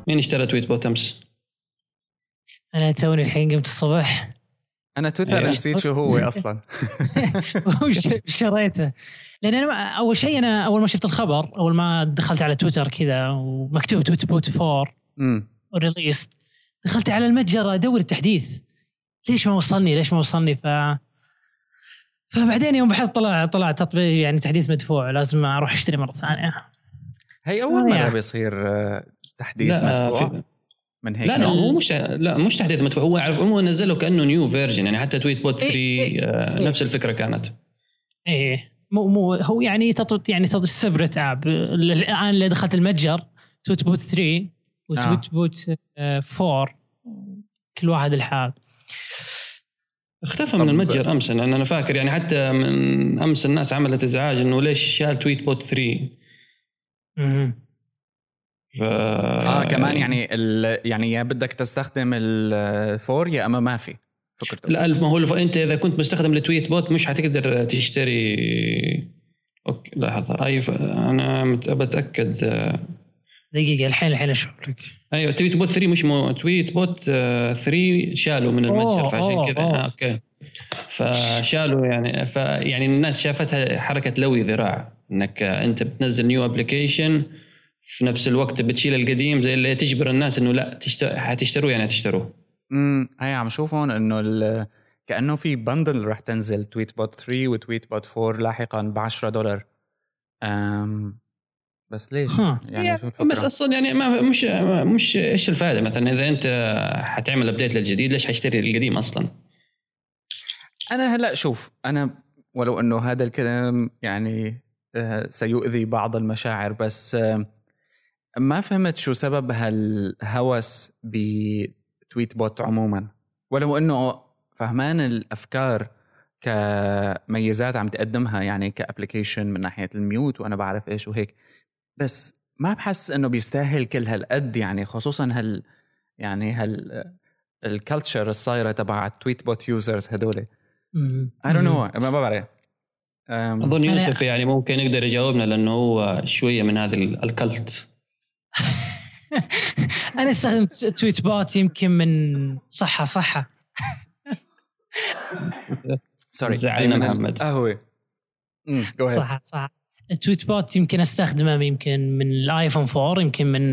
مين اشترى تويت بوت أمس؟ أنا توني الحين قمت الصبح. أنا تويتر نسيت شو هو أصلا. شريته لأن أنا أول شيء، أنا أول ما شفت الخبر، أول ما دخلت على تويتر كذا ومكتوب تويت بوت 4 وريليس، دخلت على المتجر أدور التحديث، ليش ما وصلني. فبعدين يوم بحث طلع تطبيق يعني تحديث مدفوع، لازم أروح أشتري مرة ثانية. هي أول مرة بيصير تحديث مدفوع من هيك. لا هو مش تحديث مدفوع، هو عارف هو نزله كأنه نيو فيرجن، يعني حتى تويت بوت 3 نفس الفكرة كانت. مو هو يعني يعني سبرت اب. الآن اللي دخلت المتجر تويت بوت 3 وتويت بوت 4 كل واحد الحال. اختفى من المتجر أمس، أنا فاكر يعني حتى من أمس الناس عملت إزعاج إنه ليش شال تويت بوت 3. كمان يعني يا بدك تستخدم الفور يا أما ما في فكرته. لا ما هو أنت إذا كنت مستخدم التويت بوت مش هتقدر تشتري. أوكي لحظة، أنا بتأكد. دقيقة الحين أشوف لك. أيوة تويت بوت 3 مش تويت بوت 3 شالوا من المتجر، فعشان كذا أوكي فشالوا يعني الناس شافتها حركة لوي ذراع، إنك أنت بتنزل نيو أبليكيشن في نفس الوقت بتشيل القديم، زي اللي تجبر الناس إنه لا هتشتروه يعني تشتروه. هاي عم شوفون إنه كأنه في بندل رح تنزل تويت بوت 3 وتويت بوت 4 لاحقا $10. بس ليش يعني شو الفكرة؟ بس أصلا يعني مش إيش الفائدة مثلا إذا أنت هتعمل أبديت للجديد، ليش هشتري القديم أصلا؟ أنا هلأ شوف، أنا ولو إنه هذا الكلام يعني سيؤذي بعض المشاعر، بس ما فهمت شو سبب هالهوس بتويت بوت عموما، ولو إنه فهمان الأفكار كميزات عم تقدمها يعني كأبليكيشن من ناحية الميوت وأنا بعرف إيش وهيك، بس ما بحس إنه بيستاهل كل هالقد، يعني خصوصا الكالتشر الصايرة تبع تويت بوت يوزرز هدول. I don't know، ما بعرف. أظن يوسف يعني ممكن يقدر يجاوبنا لأنه هو شوية من هذا الكالت. أنا استخدم تويت بوت يمكن من صحة سوري زعلنا محمد. هو صح التويت بوت يمكن استخدمه يمكن من الايفون 4، يمكن من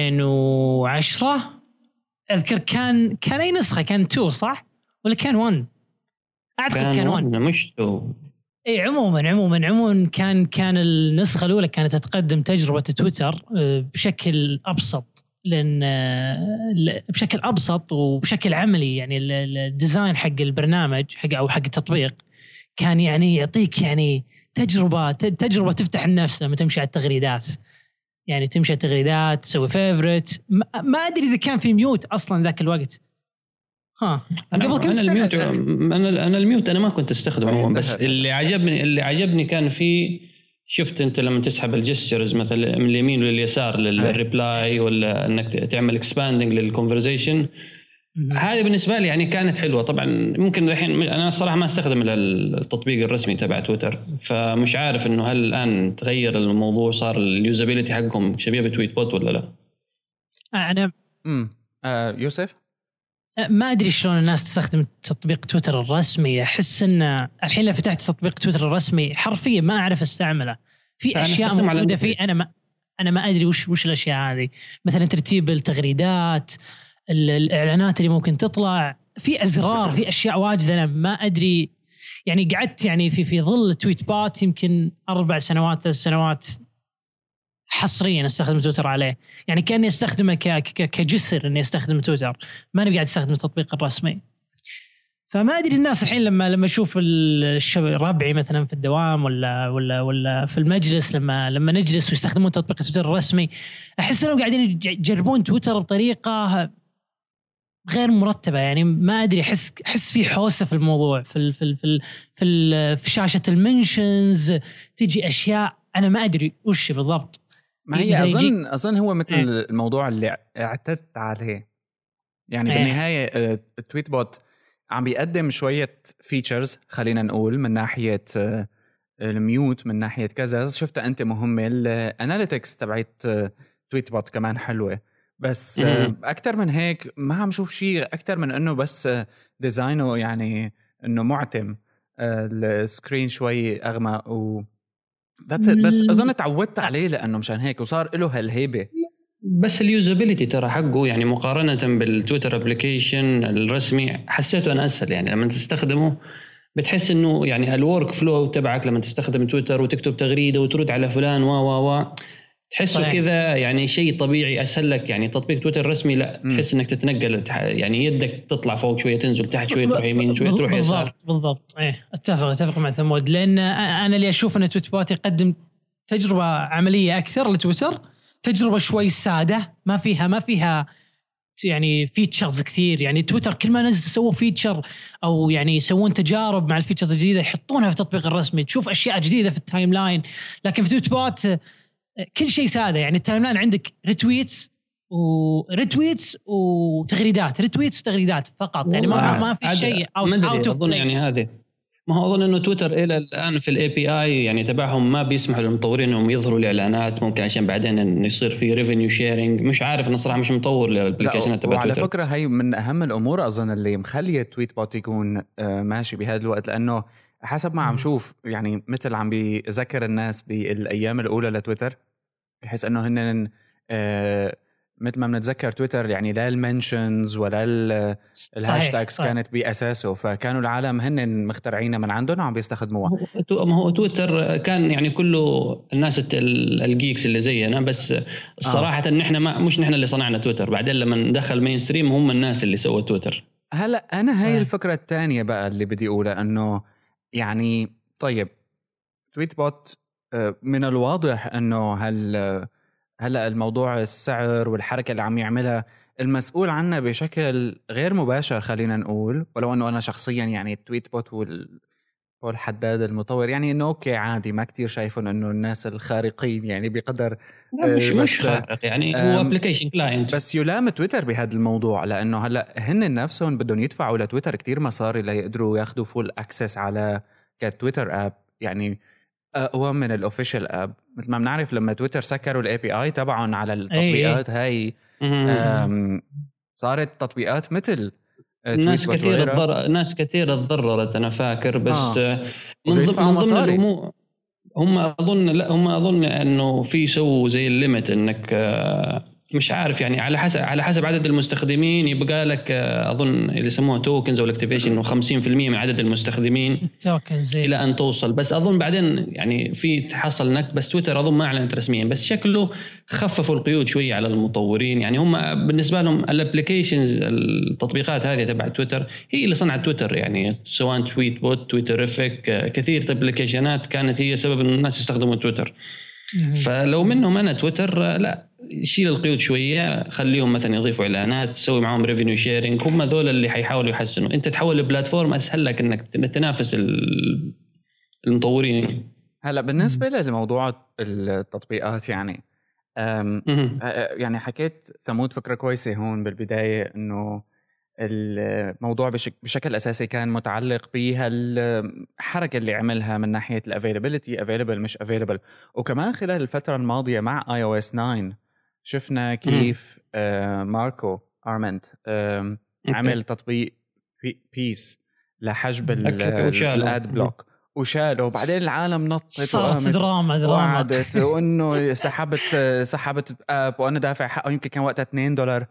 2010 اذكر. كان اي نسخه؟ كان 2 صح ولا كان 1؟ اعتقد كان 1 مش 2. اي عموما كان النسخه الاولى كانت تقدم تجربه تويتر بشكل ابسط، لان بشكل ابسط وبشكل عملي. يعني الديزاين حق البرنامج حق التطبيق كان يعني يعطيك يعني تجربة تفتح النفس لما تمشي على التغريدات. يعني تمشي على التغريدات، تسوي فيفورت. ما أدري إذا كان في ميوت أصلاً ذاك الوقت. قبل كم سنة أنا الميوت أنا ما كنت استخدمه، بس اللي عجبني كان في، شفت أنت لما تسحب الجسترز مثلا من اليمين لليسار للريبلاي ولا أنك تعمل expanding للconversation، هذه بالنسبة لي يعني كانت حلوة. طبعا ممكن الحين أنا الصراحة ما استخدم التطبيق الرسمي تبع تويتر، فمش عارف إنه هل الآن تغير الموضوع، صار اليوزابيلتي حقهم شبيه بتويت بوت ولا لا؟ أنا يوسف ما أدري شلون الناس تستخدم تطبيق تويتر الرسمي. أحس إن الحين لو فتحت تطبيق تويتر الرسمي حرفيا ما أعرف استعمله. في أشياء موجودة فيه أنا ما أدري وش الأشياء هذه، مثلا ترتيب التغريدات، الإعلانات اللي ممكن تطلع، في أزرار، في أشياء واجد أنا ما أدري. يعني قعدت يعني في ظل تويت بات يمكن 4 سنوات 3 سنوات حصريا استخدم تويتر عليه، يعني كأني استخدمه كجسر إني استخدم تويتر، ما أنا قاعد استخدم التطبيق الرسمي. فما أدري الناس الحين لما أشوف ربعي مثلا في الدوام ولا في المجلس لما نجلس ويستخدمون تطبيق تويتر الرسمي، أحس إنهم قاعدين يجربون تويتر بطريقة غير مرتبة. يعني ما أدري، أحس في حوسة في الموضوع، في شاشة المنشنز تيجي أشياء أنا ما أدري وش بالضبط. ما هي أظن هو مثل الموضوع اللي اعتدت عليه. يعني بالنهاية التويت بوت عم بيقدم شوية فيتشرز، خلينا نقول من ناحية الميوت، من ناحية كذا. شفت أنت مهمة الاناليتكس تبعت تويت بوت كمان حلوة، بس اكثر من هيك ما عم شوف شيء اكثر من انه بس ديزاينه يعني انه معتم، السكرين شوي اغمق و بس اظن تعودت عليه لانه مشان هيك وصار له هالهيبه. بس اليوزابيلتي ترى حقه يعني مقارنه بالتويتر ابلكيشن الرسمي حسيته انا اسهل، يعني لما تستخدمه بتحس انه يعني الورك فلو تبعك لما تستخدم تويتر وتكتب تغريده وترد على فلان و تحسه كذا يعني شيء طبيعي اسهل لك. يعني تطبيق تويتر الرسمي لا، تحس انك تتنقل، يعني يدك تطلع فوق شويه تنزل تحت شويه تروح يمين شويه تروح يسار. بالضبط ايه اتفق مع ثمود، لان انا اللي اشوف ان تويت بوت يقدم تجربه عمليه اكثر لتويتر، تجربه شوي ساده ما فيها يعني فيتشرز كثير. يعني تويتر كل ما نزل سووا فيتشر او يعني يسوون تجارب مع الفيتشرز الجديده يحطونها في التطبيق الرسمي، تشوف اشياء جديده في التايم لاين. لكن في تويت بوت كل شيء ساده، يعني التايم لاين عندك ريتويتس وتغريدات فقط، يعني ما في شيء اوت اوف يعني هذه ما هو اظن انه تويتر الى الان في الاي بي اي يعني تبعهم ما بيسمحوا للمطورين انهم يظهروا الاعلانات، ممكن عشان بعدين انه يصير في ريفينيو شيرنج. مش عارف انا صراحه مش مطور للابلكيشنات تبع تويتر. وعلى فكره هي من اهم الامور اظن اللي مخليه تويت بوت يكون ماشي بهذا الوقت، لانه حسب ما عم شوف يعني مثل عم بيذكر الناس بالايام الاولى لتويتر، بحيث انه هن مثل ما بنتذكر تويتر يعني لا المنشنز ولا الهاشتاجز كانت بأساسه، فكانوا العالم هن مخترعينها من عندهم وعم بيستخدموها. ما هو تويتر كان يعني كله الناس الجيكس اللي زينا، بس الصراحة إن إحنا مش نحن اللي صنعنا تويتر، بعدين لما دخل مين ستريم هم الناس اللي سووا تويتر. هلا أنا هاي الفكرة الثانية بقى اللي بدي أقولها، أنه يعني طيب تويت بوت من الواضح أنه هلأ الموضوع السعر والحركة اللي عم يعملها المسؤول عنها بشكل غير مباشر خلينا نقول، ولو أنه أنا شخصيا يعني التويت بوت والحداد المطور يعني أنه أوكي عادي، ما كتير شايفون أنه الناس الخارقين يعني بقدر مش خارق، يعني هو ابليكيشن كلاينت. بس يلام تويتر بهذا الموضوع، لأنه هلأ هن نفسهم بدهم يدفعوا لتويتر كتير مصاري ليقدروا ياخدوا فول أكسس على كتويتر آب، يعني أقوى من الأوفيشال آب. مثل ما بنعرف لما تويتر سكروا الاي بي اي تبعهم على التطبيقات هاي صارت تطبيقات مثل ناس كثير تضررت انا فاكر، بس من ضمن الامور هم اظن انه في سووا زي الليمت انك مش عارف يعني على حسب عدد المستخدمين يبقى لك اظن اللي يسموها توكنز او الاكتيفيشن، انه 50% من عدد المستخدمين توكنز الى ان توصل. بس اظن بعدين يعني في تحصل نكت، بس تويتر اظن ما اعلنت رسميا، بس شكله خففوا القيود شويه على المطورين. يعني هم بالنسبه لهم الابلكيشنز التطبيقات هذه تبع تويتر هي اللي صنعت تويتر، يعني سواء تويت بوت تويتريفيك كثير ابلكيشنات كانت هي سبب ان الناس يستخدموا تويتر. فلو منهم انا تويتر لا شيل القيود شويه، خليهم مثلا يضيفوا اعلانات، تسوي معهم ريفينيو شيرنج، هم ذول اللي حيحاولوا يحسنوا. انت تحول لبلاتفورم اسهل لك انك تنافس المطورين. هلا بالنسبه لموضوع التطبيقات يعني يعني حكيت ثمود فكره كويسه هون بالبدايه، انه الموضوع بشكل أساسي كان متعلق بهالحركة اللي عملها من ناحية الافيلابيلتي، available مش available. وكمان خلال الفترة الماضية مع iOS 9 شفنا كيف ماركو أرمنت عمل تطبيق بيس لحجب الاد بلوك وشاله، وبعدين العالم نطت صارت دراما وقعدت وانه سحبت اب وانا دافع حقه يمكن كان وقتها $2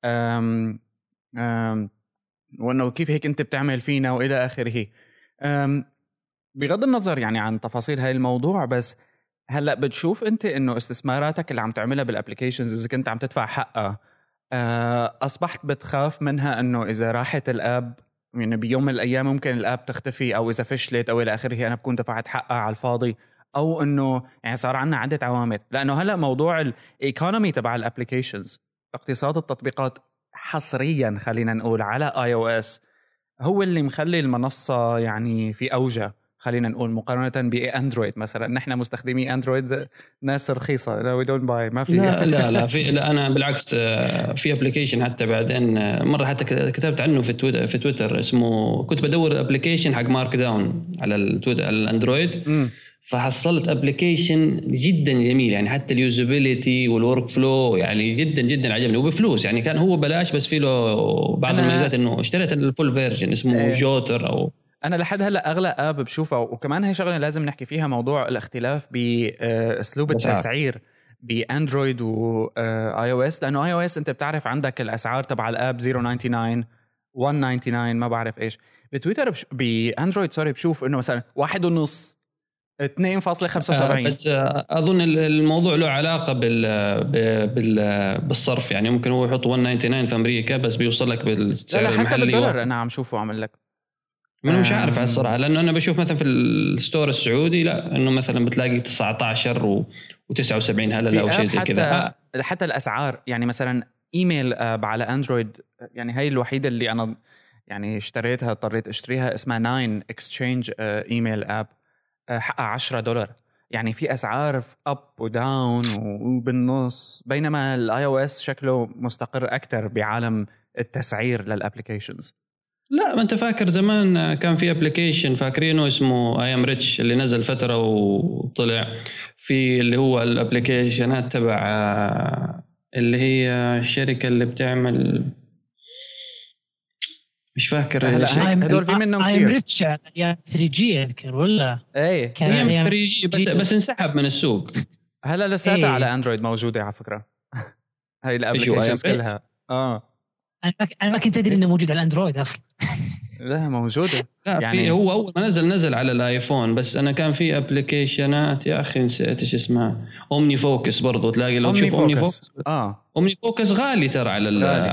وانه كيف هيك انت بتعمل فينا والى اخره. بغض النظر يعني عن تفاصيل هاي الموضوع، بس هلا بتشوف انت انه استثماراتك اللي عم تعملها بالابليكيشنز اذا كنت عم تدفع حقها اصبحت بتخاف منها انه اذا راحت الاب يعني بيوم من الايام ممكن الاب تختفي، او اذا فشلت او الى اخره انا بكون دفعت حقها على الفاضي، او انه يعني صار عنا عدة عوامل. لانه هلا موضوع الايكونومي تبع الابليكيشنز، اقتصاد التطبيقات حصريا خلينا نقول على iOS هو اللي مخلي المنصة يعني في أوجه، خلينا نقول مقارنة بأندرويد مثلا. نحن مستخدمي أندرويد ناس رخيصة، لا we don't buy، ما في لا أنا بالعكس في أبليكيشن حتى بعدين مرة حتى كتبت عنه في تويتر اسمه، كنت بدور أبليكيشن حق مارك داون على الأندرويد فحصلت ابلكيشن جدا جميل يعني، حتى اليوزابيليتي والورك فلو يعني جدا جدا عجبني، وبفلوس يعني، كان هو بلاش بس في له بعض الميزات. انه اشتريت الفول فيرجن اسمه جوتر. او انا لحد هلا اغلى اب بشوفها، وكمان هي شغله لازم نحكي فيها، موضوع الاختلاف باسلوب التسعير باندرويد واي او اس. لانه اي او اس انت بتعرف عندك الاسعار تبع الاب 0.99 1.99 ما بعرف ايش. بتويتر باندرويد سوري بشوف انه مثلا 1.5 2.75. بس اظن الموضوع له علاقه بالصرف يعني. ممكن هو يحط 1.99 في امريكا بس بيوصل لك بالسعر المحلي. لا حتى بالدولار انا عم شوفه عامل لك. انا مش عارف على الصراحه، لانه انا بشوف مثلا في الستور السعودي لا، انه مثلا بتلاقي 19 و79 هلا او شيء زي كذا. حتى الاسعار يعني مثلا ايميل اب على اندرويد، يعني هاي الوحيده اللي انا يعني اشتريتها، اضطريت اشتريها، اسمها 9 اكسشينج ايميل اب، حقها $10. يعني في اسعار اب وداون وبالنص، بينما الاي او اس شكله مستقر اكثر بعالم التسعير للابليكيشنز. لا ما انت فاكر زمان كان في ابليكيشن فاكرينه اسمه اي ام ريتش، اللي نزل فتره وطلع في اللي هو الابليكيشنات تبع اللي هي الشركه اللي بتعمل، مش فاكر. هدول في منهم كتير. اي ام ريتش يا 3G اذكر ولا ايه كان 3G بس انسحب من السوق. هلا لساتها على اندرويد موجوده على فكره. هاي الابليكيشنز كلها انا ما كنت ادري انه موجود على الاندرويد اصلا. لا موجوده. لا يعني هو اول ما نزل على الايفون، بس انا كان في ابليكيشنات يا اخي نسيت ايش اسمها، اومني فوكس برضو تلاقي. لو تشوف اومني فوكس اومني فوكس غالي ترى على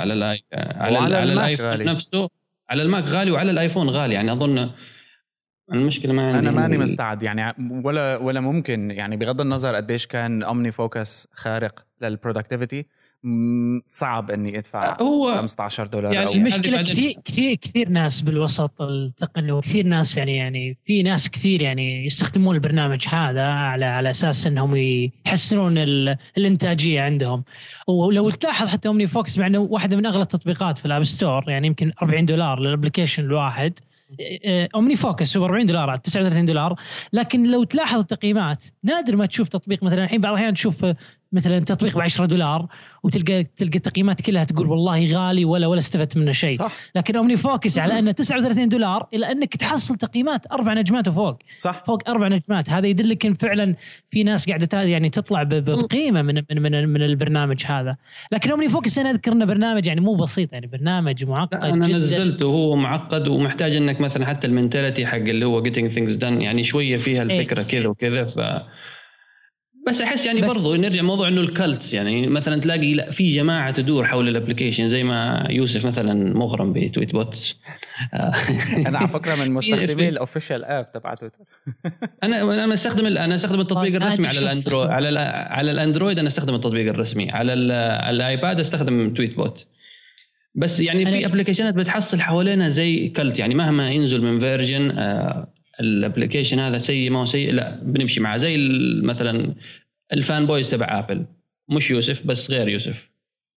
الايفون نفسه، على الماك غالي وعلى الايفون غالي يعني. اظن المشكله ما عندي، انا ماني مستعد يعني ولا ممكن يعني، بغض النظر قديش كان اومني فوكس خارق للبرودكتيفيتي، صعب اني ادفع $15 يعني. المشكله كثير ناس بالوسط التقني، وكثير ناس يعني في ناس كثير يعني يستخدمون البرنامج هذا على اساس انهم يحسنون الانتاجيه عندهم. ولو تلاحظ حتى اومني فوكس مع انه واحده من اغلى التطبيقات في الاب ستور، يعني يمكن $40 للابلكيشن الواحد. اومني فوكس هو $40 على $39، لكن لو تلاحظ التقييمات نادر ما تشوف تطبيق مثلا الحين بعض الاحيان تشوف مثلا تطبيق $10 وتلقى التقييمات كلها تقول والله غالي ولا استفدت منه شيء. لكن اومني فوكس على انه $39 الى انك تحصل تقييمات 4 نجمات وفوق. فوق 4 نجمات، هذا يدلك ان فعلا في ناس قاعده يعني تطلع بقيمه من البرنامج هذا. لكن اومني فوكس انا اذكر انه برنامج يعني مو بسيط، يعني برنامج معقد جدا. انا نزلته وهو معقد ومحتاج انك مثلا حتى المنتاليتي حق اللي هو getting things done يعني شويه فيها الفكره كذا وكذا. بس احس يعني برضو نرجع موضوع انه الكالتس، يعني مثلا تلاقي لا في جماعه تدور حول الابلكيشن، زي ما يوسف مثلا مغرم بتويت بوتس. انا على فكره من مستخدمي الاوفيشال اب تبع تويتر. انا استخدم التطبيق الرسمي على الاندرويد. على الاندرويد انا استخدم التطبيق الرسمي، على الايباد استخدم تويت بوت. بس يعني في ابلكيشنات بتحصل حوالينا زي كالت، يعني مهما ينزل من فيرجن الابلكيشن هذا سيء ما هو سيء، لا بنمشي معه. زي مثلا الفان بويز تبع ابل، مش يوسف بس غير يوسف.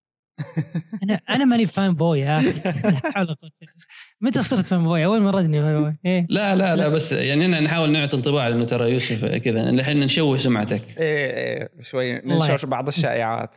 انا ماني فان بوي يا اخي. متى صرت فان بوي؟ اول مره ادني فان بوي. إيه؟ لا بس يعني انا نحاول نعطي انطباع انه ترى يوسف كذا الحين نشوه سمعتك. ايه شوي ننشر بعض الشائعات.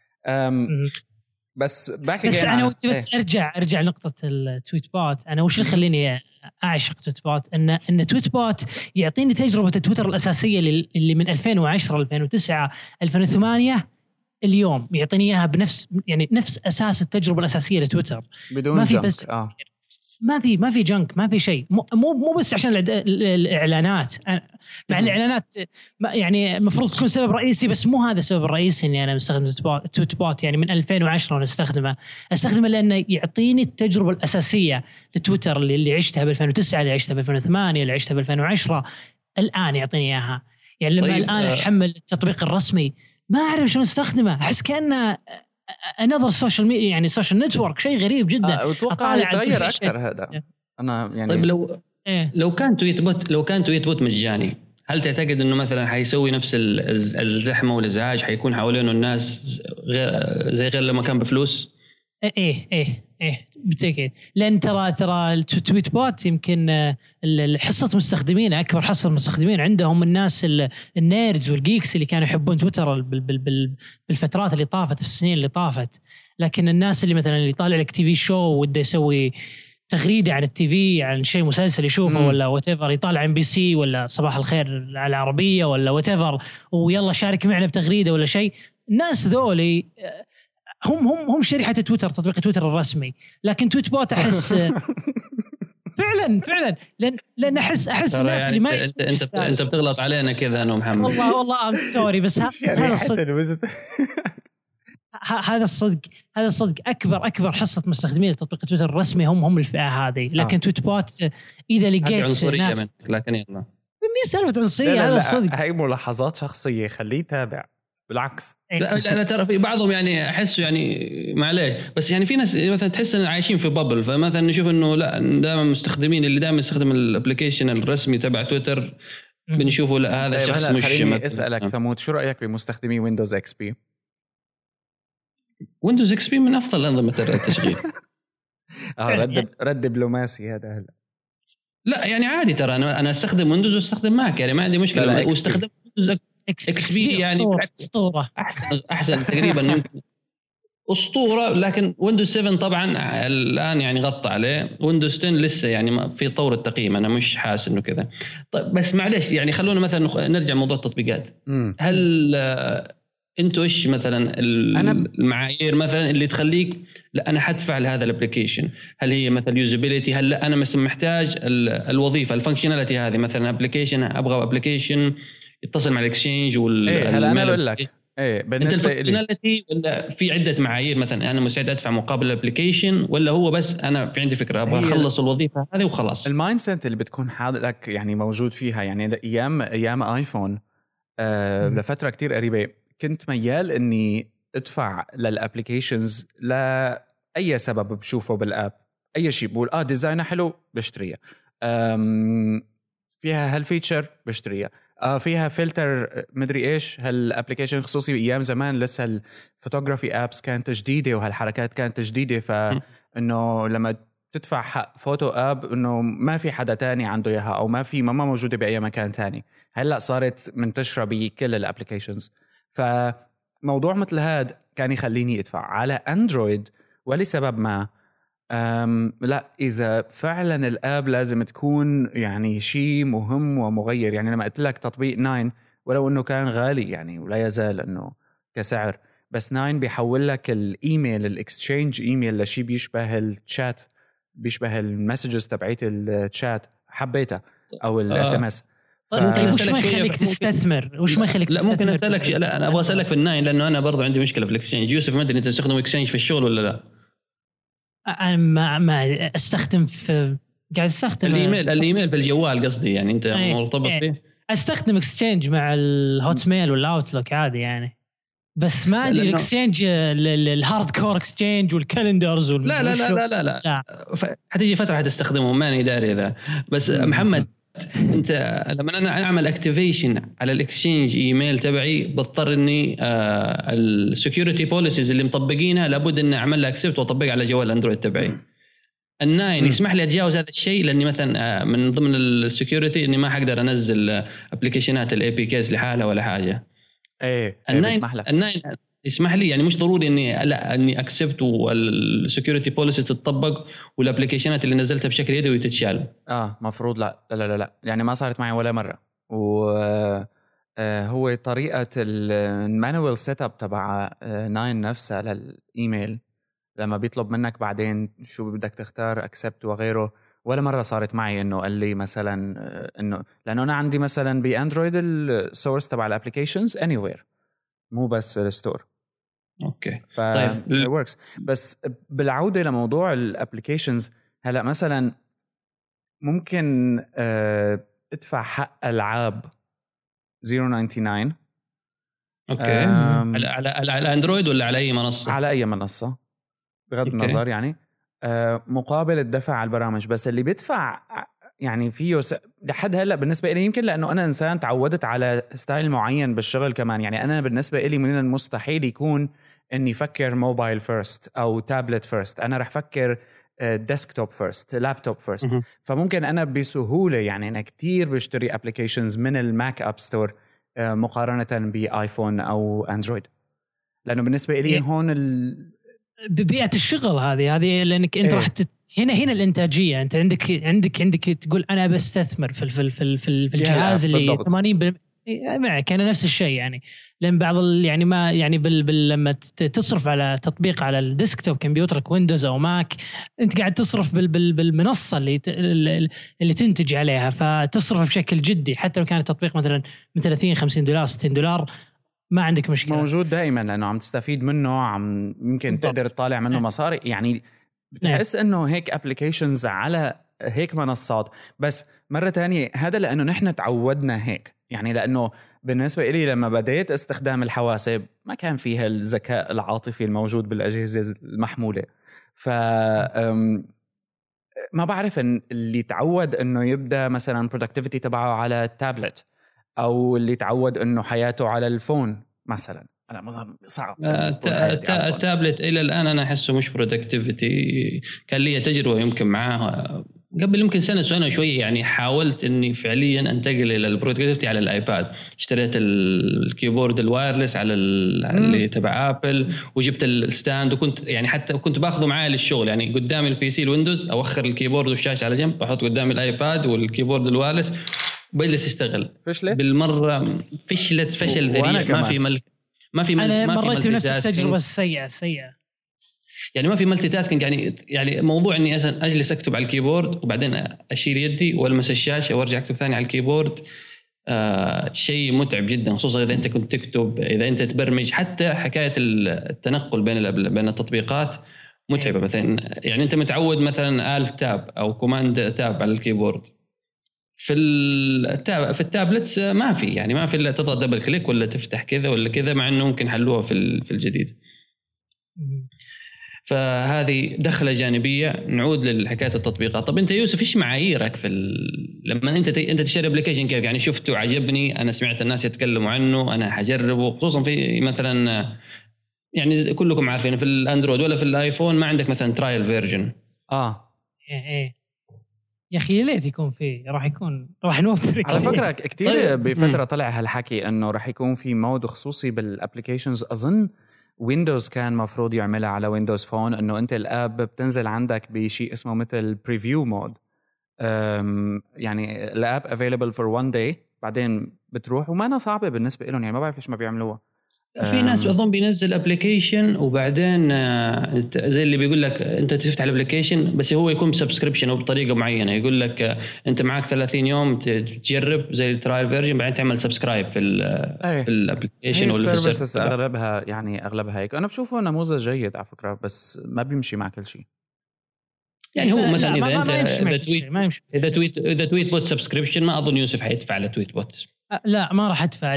بس انا ودي بس ارجع لنقطه التويت بوت. انا وش اللي يخليني اعشق تويت بوت؟ ان تويت بوت يعطيني تجربه تويتر الاساسيه اللي من 2010 2009 2008 اليوم، يعطيني اياها بنفس يعني نفس اساس التجربه الاساسيه لتويتر، بدون جنك. ما في جنك، ما في شيء. مو بس عشان الاعلانات. مع الاعلانات يعني المفروض تكون سبب رئيسي، بس مو هذا السبب الرئيسي اني انا مستخدم تويت بوت. يعني من 2010 وانا استخدمه لانه يعطيني التجربه الاساسيه لتويتر اللي عشتها ب 2009، اللي عشتها ب 2008، اللي عشتها ب 2010. الان يعطيني اياها. يعني لما الان احمل التطبيق الرسمي ما اعرف شلون استخدمه، احس كانه another social media يعني social network، شيء غريب جدا. اتوقع يتغير اكثر هذا. انا يعني طيب لو كان تويت بوت مجاني، هل تعتقد انه مثلا حيسوي نفس الزحمه والازعاج حيكون حوالينه الناس غير لما كان بفلوس؟ ايه بالتأكيد. لأن ترى التويت بوت يمكن حصة مستخدمين، أكبر حصة مستخدمين عندهم الناس النيردز والجيكس اللي كانوا يحبون تويتر بالفترات اللي طافت، في السنين اللي طافت. لكن الناس اللي مثلا اللي طالع لك تي في شو وده يسوي تغريدة عن التي في عن شيء مسلسل يشوفه ولا واتيفر، يطالع ام بي سي ولا صباح الخير على العربية ولا واتيفر ويلا شارك معنا بتغريدة ولا شيء، الناس ذولي هم شريحة تويتر، تطبيق تويتر الرسمي. لكن تويت بوت أحس فعلا لأن أحس الناس يعني اللي ما أنت بتغلط علينا كذا أنا محمد. والله سوري، بس هذا الصدق. هذا الصدق أكبر حصة مستخدمين تطبيق تويتر الرسمي هم الفئة هذه. لكن تويت بوت إذا لقيت ناس، لكن يلا مين سالفة عنصرية؟ هذا الصدق. هاي ملاحظات شخصية، خليه يتابع. بالعكس لا ترى في بعضهم يعني احسه يعني معليش، بس يعني في ناس مثلا تحس ان عايشين في بابل. فمثلا نشوف انه لا، دائما مستخدمين اللي دائما يستخدم الابلكيشن الرسمي تبع تويتر بنشوفه لا هذا الشخص مش. خليني اسالك ثمود، شو رايك بمستخدمي ويندوز اكس بي؟ ويندوز اكس بي من افضل انظمه التشغيل. رد دبلوماسي هذا. هلا لا يعني عادي، ترى انا استخدم ويندوز واستخدم ماك، يعني ما عندي مشكله. واستخدم اكس بي يعني اسطوره، احسن تقريبا يمكن اسطوره. لكن ويندوز 7 طبعا الان يعني غطى عليه. ويندوز 10 لسه يعني في طور التقييم، انا مش حاسس انه كذا. طيب بس معلش يعني خلونا مثلا نرجع موضوع التطبيقات. هل انتوا ايش مثلا المعايير مثلا اللي تخليك لا انا حدفع لهذا الابلكيشن؟ هل هي مثلا يوزابيليتي؟ هل لا انا مثلا محتاج الوظيفه الفانكشناليتي هذه، مثلا ابلكيشن ابغى ابلكيشن يتصل مع الاكسشينج هلا انا بقول لك بالنسبه لي ولا في عده معايير؟ مثلا انا مستعد ادفع مقابل الابلكيشن، ولا هو بس انا في عندي فكره ابغى اخلص الوظيفه هذه وخلاص؟ المايند سيت اللي بتكون حاضرك يعني موجود فيها. يعني ايام ايفون لفتره كتير قريبه كنت ميال اني ادفع للابلكيشنز لاي سبب بشوفه بالاب، اي شيء بقول ديزاينه حلو بشتريها، فيها هالفيتشر بشتريها، فيها فلتر مدري ايش، هالابلكيشن خصوصي. ايام زمان لسه الفوتوغرافي ابس كانت جديده وهالحركات كانت جديده، فانه لما تدفع حق فوتو اب انه ما في حدا تاني عنده اياها، او ما موجوده باي مكان تاني. هلا صارت منتشره بكل الابلكيشنز. فموضوع مثل هاد كان يخليني ادفع على اندرويد ولسبب ما. لا، إذا فعلا الآب لازم تكون يعني شيء مهم ومغير. يعني لما قلت لك تطبيق 9 ولو أنه كان غالي يعني ولا يزال أنه كسعر، بس 9 بيحول لك الإيميل الإكسشينج إيميل لشيء بيشبه الشات، بيشبه المسجز تبعيت الشات، حبيتها أو الأس ام اس. طيب وش ما يخليك تستثمر؟ وش ما يخليك تستثمر؟ لا ممكن أسألك لا أنا أبغى أسألك في الناين، لأنه أنا برضو عندي مشكلة في الإكسشينج. يوسف ما أدري أنت تستخدم إكسشينج في الشغل ولا لا؟ أنا ما استخدم قاعد استخدم الإيميل في الجوال قصدي، يعني أنت مرتبط فيه. استخدم إكسشينج مع الهوت ميل والأوتلوك عادي يعني، بس ما أدري الإكسشينج الهارد كور إكسشينج والكالندرز لا لا لا لا لا, لا. حتيجي فترة حتستخدمه، ماني داري ذا. بس محمد انت لما انا اعمل اكتيفيشن على الاكسشينج ايميل تبعي بضطر اني السكيورتي بوليسيز اللي مطبقينها لابد اني اعمل لها اكسبت واطبقها على جوال اندرويد تبعي. الناين يسمح لي اتجاوز هذا الشيء، لاني مثلا من ضمن السكيورتي اني ما حقدر انزل ابلكيشنات الاي بي كيز لحالها ولا حاجه. الناين يسمح لي، يعني مش ضروري اني اكسبت والسكيورتي بوليسيز تتطبق والابلكيشنات اللي نزلتها بشكل يدوي تتشال. مفروض لا لا لا لا، يعني ما صارت معي ولا مره. هو طريقه المانوال سيت اب تبع 9 نفسها للايميل لما بيطلب منك بعدين شو بدك تختار اكسبت وغيره، ولا مره صارت معي انه قال لي مثلا انه، لانه انا عندي مثلا باندرويد السورس تبع الابلكيشنز اني وير، مو بس الستور. اوكي طيب works. بس بالعوده لموضوع الابلكيشنز، هلا مثلا ممكن ادفع حق العاب 0.99 اوكي على اندرويد ولا على اي منصه؟ على اي منصه بغض النظر يعني، مقابل الدفع على البرامج. بس اللي بيدفع يعني فيه لحد هلا بالنسبه لي، يمكن لانه انا انسان تعودت على ستايل معين بالشغل كمان. يعني انا بالنسبه لي من المستحيل يكون اني افكر موبايل فيرست او تابلت فيرست، انا رح فكر ديسكتوب فيرست، لابتوب فيرست. فممكن انا بسهوله يعني انا كتير بشتري ابلكيشنز من الماك اب ستور مقارنه بايفون او اندرويد، لانه بالنسبه لي هون ببيئه الشغل هذه لانك انت راح هنا الانتاجيه. انت عندك تقول انا بستثمر في الجهاز اللي 80 معك انا نفس الشيء. يعني لان بعض يعني ما يعني لما تصرف على تطبيق على الديسكتوب كمبيوترك ويندوز او ماك، انت قاعد تصرف بالمنصه اللي تنتج عليها، فتصرف بشكل جدي. حتى لو كان التطبيق مثلا من 30 $50 $60 ما عندك مشكله، موجود دائما لانه عم تستفيد منه، يمكن بالضبط. تقدر تطالع منه مصاري. يعني بتحس انه هيك ابلكيشنز على هيك منصات. بس مرة تانية هذا لأنه نحن تعودنا هيك. يعني لأنه بالنسبة إلي لما بديت استخدام الحواسب ما كان فيها الذكاء العاطفي الموجود بالأجهزة المحمولة. ما بعرف إن اللي تعود إنه يبدأ مثلا productivity تبعه على التابلت، أو اللي تعود إنه حياته على الفون مثلا. أنا صعب التابلت إلى الآن أنا أحسه مش productivity. كان لي تجربة يمكن معاه قبل يمكن سنة شوية، يعني حاولت إني فعليا أنتقل إلى البرودكتيفيتي على الآيباد. اشتريت الكيبورد الوايرلس على اللي تبع آبل، وجبت الستاند، وكنت يعني حتى كنت باخذه معايا للشغل. يعني قدامي البي سي الويندوز، أوخر الكيبورد والشاشة على جنب، بحط قدامي الآيباد والكيبورد الوايرلس، وبجلس يشتغل. بالمرة فشل ذريع. ما في أنا مريت بنفس التجربة السيئة. يعني ما في مالتي تاسكينج. يعني موضوع اني مثلا اجلس اكتب على الكيبورد وبعدين اشيل يدي والمس الشاشه وارجع اكتب ثاني على الكيبورد، شيء متعب جدا، خصوصا اذا انت كنت تكتب، اذا انت تبرمج. حتى حكايه التنقل بين التطبيقات متعبه. مثلا يعني انت متعود مثلا آل تاب او كوماند تاب على الكيبورد، في التابلتس ما في، يعني ما في الا تضغط دبل كليك ولا تفتح كذا ولا كذا، مع انه ممكن حلوها في الجديد. فهذه دخلة جانبية. نعود للحكاية التطبيقات. طب أنت يوسف إيش معاييرك لما أنت تشتري أبليكيشن؟ كيف يعني شفته عجبني، أنا سمعت الناس يتكلموا عنه، أنا حجربه، خصوصا في مثلا يعني كلكم عارفين في الأندرويد ولا في الآيفون ما عندك مثلا ترايل فيرجن. إيه يا أخي ليت يكون فيه، راح نوفر. على فكرة كتير بفترة طلع هالحكي أنه راح يكون في مود خصوصي بالأبليكيشنز. أظن ويندوز كان مفروض يعملها على ويندوز فون، انه انت الاب بتنزل عندك بشيء اسمه مثل بريفيو مود. يعني الاب available for one day، بعدين بتروح. وما أنا صعبة بالنسبة لهم، يعني ما بعرف ليش ما بيعملوها. في ناس اظن بينزل ابلكيشن وبعدين زي اللي بيقول لك انت تفتح الابلكيشن، بس هو يكون سبسكريبشن وبطريقه معينه. يقول لك انت معك 30 يوم تجرب زي الترايل فيرجن، بعدين تعمل سبسكرايب في الابلكيشن ولا في السيرفيسز. اغلبها هيك. انا بشوفه نموذج جيد على فكره، بس ما بيمشي مع كل شيء. يعني هو مثلا اذا تويت بوت سبسكريبشن، ما اظن يوسف حيدفع لتويت بوت. لا ما راح ادفع،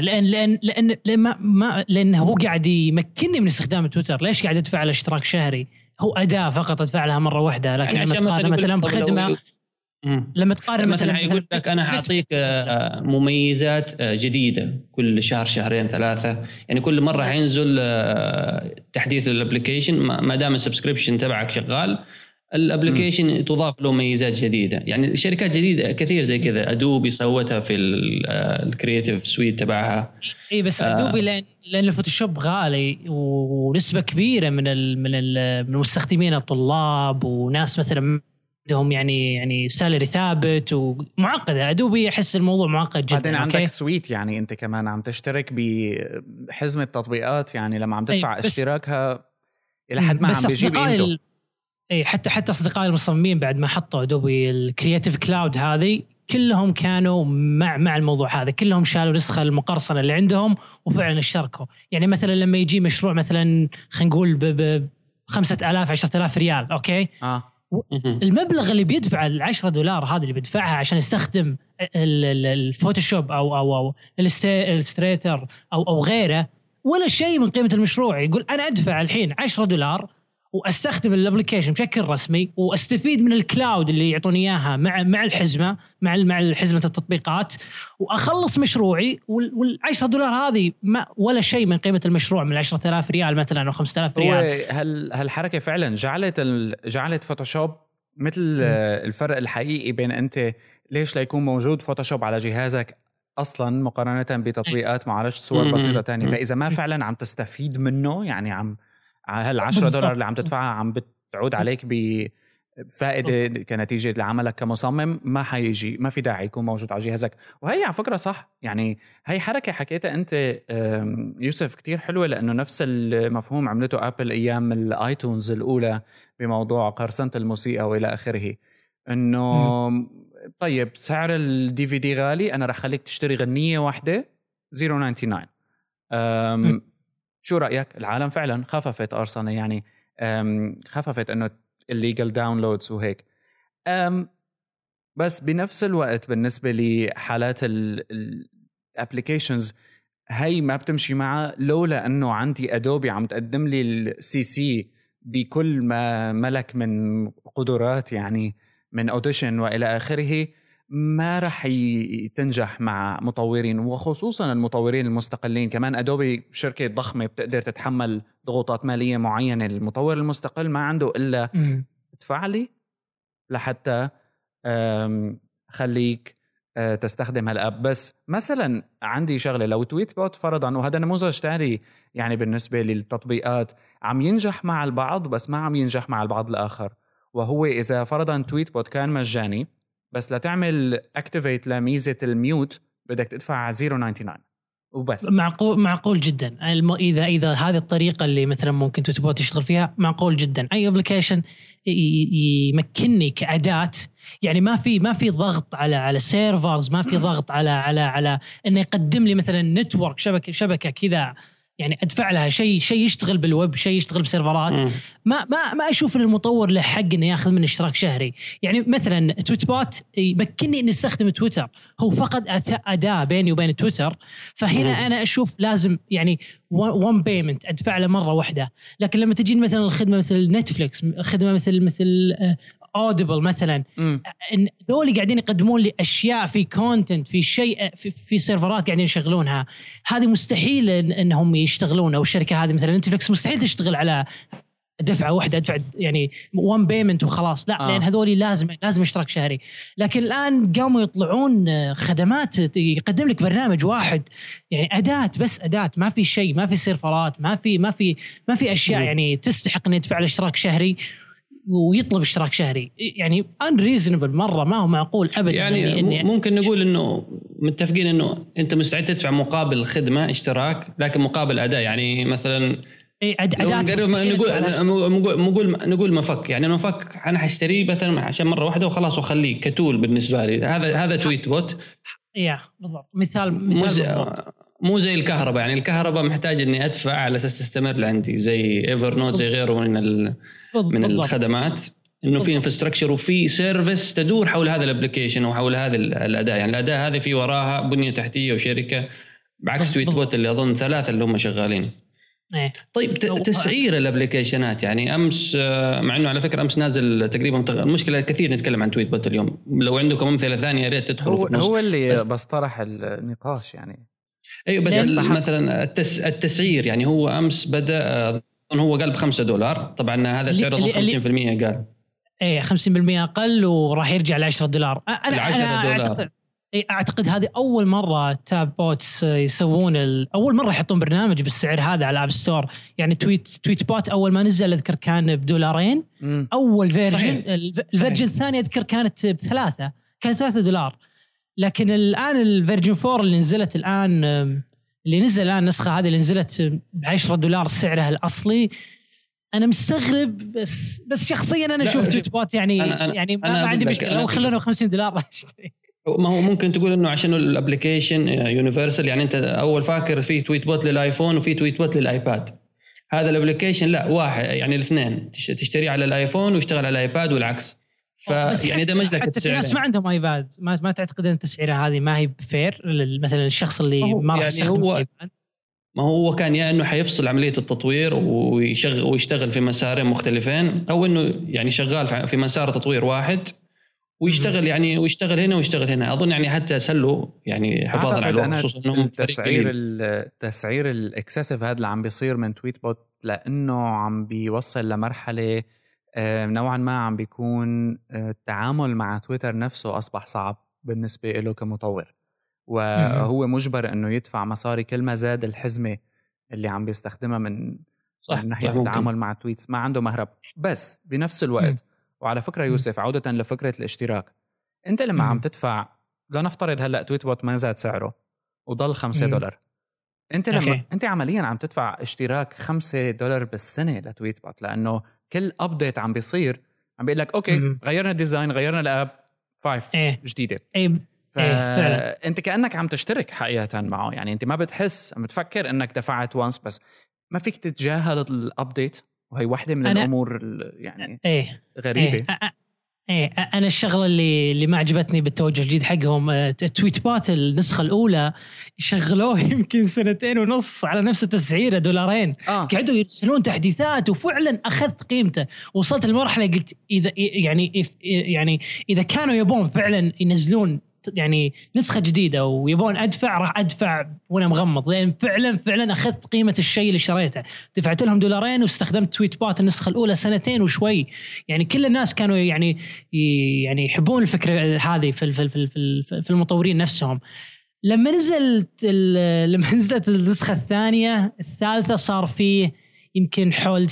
لان هو قاعد يمكنني من استخدام تويتر. ليش قاعد ادفع على اشتراك شهري؟ هو اداه فقط ادفع لها مره واحده. لكن يعني لما تقارن مثلا بخدمه، لما تقارن مثلا يقول لك انا حاعطيك مميزات جديده كل شهر شهرين ثلاثه، يعني كل مره حينزل تحديث للابلكيشن. ما دام السبسكريبشن تبعك شغال، الابلكيشن تضاف له ميزات جديده. يعني شركات جديده كثير زي كذا. ادوبي سوتها في الكرياتيف سويت تبعها. اي بس ادوبي لان الفوتوشوب غالي، ونسبه كبيره من المستخدمين الطلاب وناس مثلا عندهم يعني سالري ثابت ومعقده. ادوبي يحس الموضوع معقد جدا. بعدين عندك سويت، يعني انت كمان عم تشترك بحزمه تطبيقات، يعني لما عم تدفع اشتراكها الى حد ما عم بيجيب قيمته. اي حتى اصدقائي المصممين بعد ما حطوا ادوبي الكرياتيف كلاود هذه، كلهم كانوا مع الموضوع هذا. كلهم شالوا نسخه المقرصنه اللي عندهم وفعلا اشتركوا. يعني مثلا لما يجي مشروع مثلا خلينا نقول ب 5000 10000 ريال، اوكي المبلغ اللي بيدفع $10 هذا اللي بيدفعها عشان يستخدم الفوتوشوب او الستريتر او غيره، ولا شيء من قيمه المشروع. يقول انا ادفع الحين $10 واستخدم الابلكيشن بشكل رسمي واستفيد من الكلاود اللي يعطوني اياها مع الحزمه مع حزمه التطبيقات واخلص مشروعي. وال10 دولار هذه ما ولا شيء من قيمه المشروع من 10,000 ريال مثلا او 5,000 ريال. هالحركه فعلا جعلت فوتوشوب مثل الفرق الحقيقي بين انت ليش ليكون موجود فوتوشوب على جهازك اصلا مقارنه بتطبيقات معالجه صور بسيطه تانية. فاذا ما فعلا عم تستفيد منه، يعني عم هال10 دولار اللي عم تدفعها عم بتعود عليك بفائده كنتيجه لعملك كمصمم، ما حيجي، ما في داعي يكون موجود على جهازك. وهي على فكره صح، يعني هي حركه حكيتها انت يوسف كتير حلوه، لانه نفس المفهوم عملته ابل ايام الايتونز الاولى بموضوع قرصنه الموسيقى والى اخره. انه طيب سعر الدي في دي غالي، انا رح خليك تشتري غنيه واحده $0.99. شو رأيك؟ العالم فعلا خففت قرصنة، يعني خففت انه illegal downloads وهيك. بس بنفس الوقت بالنسبة لحالات الابليكيشنز هاي ما بتمشي معها، لولا انه عندي ادوبي عم تقدم لي السي سي بكل ما ملك من قدرات، يعني من اوديشن والى اخره، ما رح تنجح مع مطورين، وخصوصا المطورين المستقلين. كمان أدوبي شركة ضخمة بتقدر تتحمل ضغوطات مالية معينة. المطور المستقل ما عنده إلا ادفع لي لحتى خليك تستخدم هالأب. بس مثلا عندي شغلة، لو تويت بوت فرضا، وهذا نموذج تاني يعني بالنسبة للتطبيقات عم ينجح مع البعض بس ما عم ينجح مع البعض الآخر، وهو إذا فرضا تويت بوت كان مجاني، بس لتعمل اكتيفيت لميزه الميوت بدك تدفع $0.99 وبس. معقول جدا. اذا هذه الطريقه اللي مثلا ممكن تبغى تشتغل فيها، معقول جدا. اي ابلكيشن يمكنني كاداه، يعني ما في ضغط على سيرفرز، ما في ضغط على انه يقدم لي مثلا نتورك شبكه كذا، يعني ادفع لها شيء يشتغل بالويب، شيء يشتغل بسيرفرات. ما اشوف ان المطور له حق انه ياخذ من اشتراك شهري. يعني مثلا تويت بوت يمكنني اني استخدم تويتر، هو فقط اداه بيني وبين تويتر. فهنا انا اشوف لازم يعني وان بيمنت ادفع له مره واحده. لكن لما تجي مثلا الخدمه مثل نتفليكس، خدمه مثل اوديبل مثلا، ان ذولي قاعدين يقدمون لي اشياء في كونتنت، في شيء في سيرفرات قاعدين يشغلونها، هذه مستحيل انهم يشتغلون، او الشركه هذه مثلا نتفليكس مستحيل تشتغل على دفعه واحده، ادفع يعني وان بيمنت وخلاص، لا لان هذولي لازم اشتراك شهري. لكن الان قاموا يطلعون خدمات يقدم لك برنامج واحد، يعني اداه، بس اداه، ما في شيء، ما في سيرفرات، ما في اشياء يعني تستحق ان يدفع الاشتراك شهري ويطلب اشتراك شهري. يعني unreasonable مرة، ما هو معقول أبدا. يعني ممكن نقول إنه متفقين إنه أنت مستعد تدفع مقابل خدمة اشتراك، لكن مقابل أداء. يعني مثلا نقول مفك، يعني المفك أنا حاشتريه مثلا عشان مرة واحدة وخلاص وخليه كتول بالنسبة لي. هذا تويت بوت. بالضبط، مثال مو زي الكهرباء. يعني الكهرباء محتاج إني أدفع على أساس تستمر عندي، زي ايفر نوت، زي غيره من الخدمات، انه في انفراستراكشر وفي سيرفيس تدور حول هذا الابلكيشن وحول هذا الاداء. يعني الاداء هذه في وراها بنيه تحتيه وشركه، بعكس تويت بوت اللي اظن 3 اللي هم شغالين. طيب تسعير الابلكيشنات، يعني امس، مع انه على فكره امس نازل تقريبا، المشكله كثير نتكلم عن تويت بوت اليوم، لو عندكم امثله ثانيه يا ريت تدخلوا. هو اللي بس طرح النقاش يعني. ايوه بس مثلا التسعير، يعني هو امس بدا، هو قال $5. طبعا هذا سعره 50% قال. 50% اقل، وراح يرجع $10. انا اعتقد هذه اول مره تاب بوتس يسوون اول مره يحطون برنامج بالسعر هذا على اب ستور. يعني تويت بوت اول ما نزل اذكر كان $2 اول فيرجن. الفيرجن الثاني اذكر كانت ب3، كانت $3. لكن الان الفيرجن 4 اللي نزلت الان، اللي نزل الان النسخه هذه اللي نزلت $10 سعرها الاصلي. انا مستغرب، بس شخصيا انا اشوف تويت بوت يعني ما عندي مشكله لو خلونا $50 اشتري. ما هو ممكن تقول انه عشان الابلكيشن يونيفرسال، يعني انت اول فاكر في تويت بوت للايفون وفي تويت بوت للايباد. هذا الابلكيشن لا، واحد، يعني الاثنين تشتريه على الايفون ويشتغل على الايباد والعكس. يعني دمج لك السعر. الناس ما عندهم ايباد، ما تعتقد ان التسعيره هذه ما هي فير مثلا الشخص اللي ما راح يستخدم الايباد؟ ما هو كان يا انه حيفصل عمليه التطوير ويشتغل في مسارين مختلفين، او انه يعني شغال في مسار تطوير واحد ويشتغل يعني ويشتغل هنا ويشتغل هنا. اظن يعني حتى سلوا يعني حفاظا على الوقت، خصوصا انهم التسعير الاكسسيف هذا اللي عم بيصير من تويت بوت، لانه عم بيوصل لمرحله نوعا ما عم بيكون التعامل مع تويتر نفسه اصبح صعب بالنسبه له كمطور، وهو مجبر انه يدفع مصاري كل ما زاد الحزمه اللي عم بيستخدمها من ناحيه التعامل مع تويتس. ما عنده مهرب. بس بنفس الوقت وعلى فكره يوسف، عوده لفكره الاشتراك، انت لما عم تدفع، لنفترض هلا تويت بوت ما زاد سعره وضل $5، انت لما انت عمليا عم تدفع اشتراك $5 بالسنه لتويت بوت، لانه كل ابديت عم بيصير عم بيقول لك اوكي غيرنا الديزاين، غيرنا الاب 5 جديده. فانت كانك عم تشترك حقيقه معه، يعني انت ما بتحس، عم بتفكر انك دفعت وانس، بس ما فيك تتجاهل الابديت، وهي واحدة من الامور يعني غريبه. انا الشغله اللي ما عجبتني بالتوجه الجديد حقهم، تويت بات النسخه الاولى شغلوه يمكن 2.5 سنين على نفس التسعيره $2. قعدوا يرسلون تحديثات وفعلا اخذت قيمته. وصلت المرحله قلت اذا يعني اذا كانوا يبون فعلا ينزلون يعني نسخة جديدة ويبون أدفع، راح أدفع وأنا مغمض، لأن فعلا أخذت قيمة الشيء اللي شريته. دفعت لهم $2 واستخدمت تويت بات النسخة الأولى 2 وشوي. يعني كل الناس كانوا يعني يحبون الفكرة هذه في المطورين نفسهم. لما نزلت النسخة الثانية الثالثة، صار فيه يمكن حول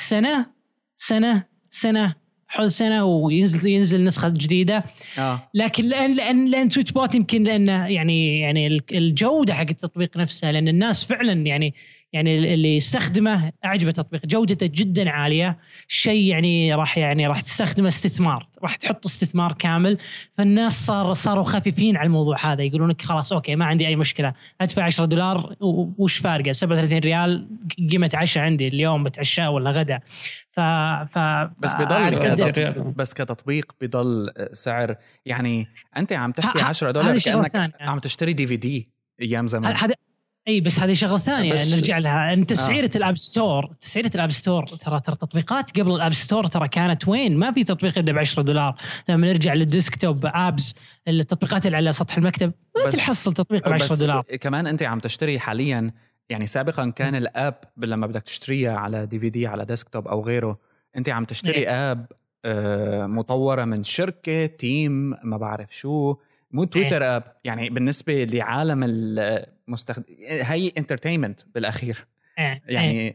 سنة حول سنة وينزل نسخة جديدة. لكن لأن تويت بوت يمكن لأنه يعني الجودة حق التطبيق نفسها، لأن الناس فعلا يعني اللي يستخدمه أعجبه تطبيق، جودته جدا عالية. شيء يعني راح تستخدمه استثمار، راح تحط استثمار كامل. فالناس صاروا خفيفين على الموضوع هذا، يقولون لك خلاص أوكي ما عندي أي مشكلة، أدفع $10 وش فارقة، $37 قيمة عشاء عندي اليوم، بتعشى ولا غدا. بس بس كتطبيق بيضل سعر، يعني أنت عم تحكي $10 كأنك عم تشتري DVD أيام زمان. بس هذه شغله ثانيه نرجع لها. ان تسعيره الاب ستور، ترى تطبيقات قبل الاب ستور ترى كانت وين؟ ما في تطبيق الا $10. لما نرجع للديسكتوب ابس، التطبيقات اللي على سطح المكتب، ما تحصل تطبيق $10. كمان انت عم تشتري حاليا، يعني سابقا كان الاب لما بدك تشتريها على DVD على ديسكتوب او غيره، انت عم تشتري اب مطوره من شركه تيم ما بعرف شو، مو تويتر اب. يعني بالنسبه لعالم المستخدم هي انترتينمنت بالاخير. يعني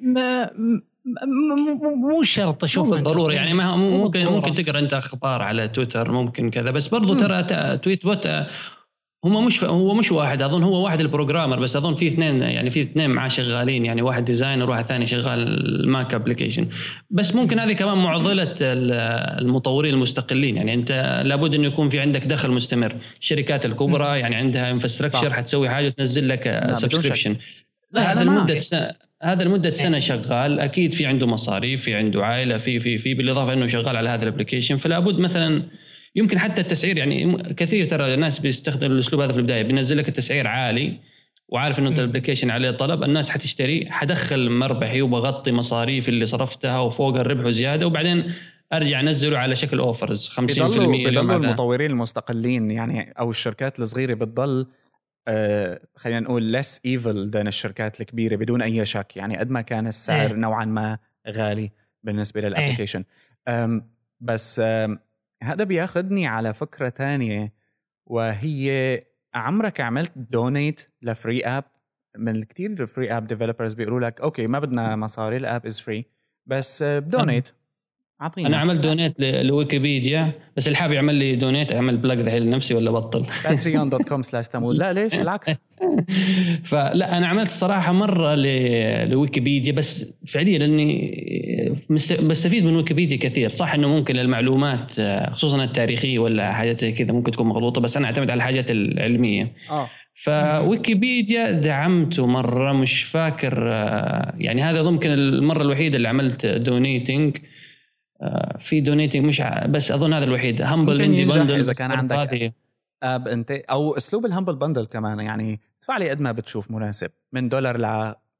مو شرط اشوفه ضروري، يعني ما ممكن تقرا انت اخبار على تويتر، ممكن كذا، بس برضو ترى تويت بوت هو مش واحد، اظن هو واحد البروجرامر بس، اظن في اثنين، يعني في اثنين معاه شغالين، يعني واحد ديزاينر وواحد ثاني شغال الماك ابلكيشن. بس ممكن هذه كمان معضله المطورين المستقلين، يعني انت لابد انه يكون في عندك دخل مستمر. الشركات الكبرى يعني عندها انفراستراكشر، حتسوي حاجه تنزل لك سبسكريبشن. هذا لمده سنه شغال، اكيد في عنده مصاريف، في عنده عائله، في بالاضافه انه شغال على هذا الابلكيشن. فلا بد مثلا يمكن حتى التسعير، يعني كثير ترى الناس بيستخدم الاسلوب هذا في البدايه، بينزل لك التسعير عالي وعارف انه الابلكيشن عليه طلب، الناس حتشتري، حدخل مربحي وبغطي مصاريف اللي صرفتها وفوق الربح وزياده، وبعدين ارجع انزله على شكل اوفرز 50%. بيضلوا المطورين المستقلين يعني او الشركات الصغيره بتضل خلينا نقول less evil than الشركات الكبيره بدون اي شك. يعني قد ما كان السعر نوعا ما غالي بالنسبه للابلكيشن. بس هذا بياخدني على فكرة تانية، وهي عمرك عملت دونيت لفري اب؟ من كتير الفري اب ديفلوبرز بيقولوا لك اوكي ما بدنا مصاري، الاب از فري بس دونيت عطينا. انا عملت دونيت لويكيبيديا، بس اللي حاب يعمل لي دونيت اعمل بلاك ذا لنفسي ولا بطل patreon.com/تمود. لا ليش بالعكس. فلا انا عملت الصراحه مره لويكيبيديا، بس فعليا لاني بستفيد من ويكيبيديا كثير. صح انه ممكن المعلومات خصوصا التاريخيه ولا حاجات زي كذا ممكن تكون مغلوطه، بس انا اعتمد على الحاجات العلميه. فويكيبيديا دعمته مره، مش فاكر يعني هذا ممكن المره الوحيده اللي عملت دونيتنج. في دونيتنج مش بس اظن هذا الوحيد. همبل بندل اذا كان عندك اب انت او اسلوب الهمبل بندل كمان، يعني تدفع لي قد ما بتشوف مناسب، من $1 ل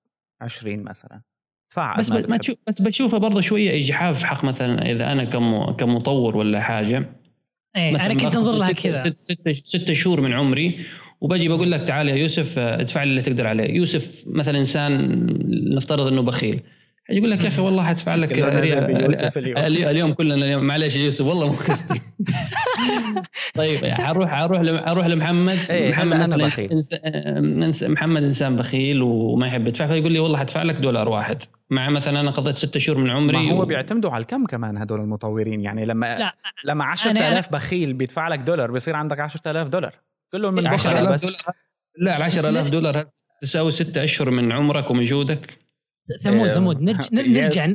20 مثلا. بس بشوفها برضه شويه اجحاف حق مثلا اذا انا كمطور ولا حاجه. انا كنت انظر لها كذا 6 شهور من عمري وبجي بقول لك تعال يا يوسف ادفع لي اللي تقدر عليه. يوسف مثلا انسان نفترض انه بخيل، يقول لك يا اخي والله حدفع لك اليوم كلنا اليوم معلش يوسف والله مو قصدي. طيب اروح لمحمد. محمد انا بخيل، محمد انسان بخيل وما يحب يدفع، فيقول لي والله حدفع لك $1 مع مثلا انا قضيت 6 شهور من عمري. ما هو بيعتمدوا على الكم كمان هدول المطورين، يعني لما 10,000 بخيل بيدفع لك $1 بيصير عندك $10,000 كلهم من بخل بس. لا $10,000 تساوي 6 أشهر من عمرك ومجهودك. ثمود نرجع.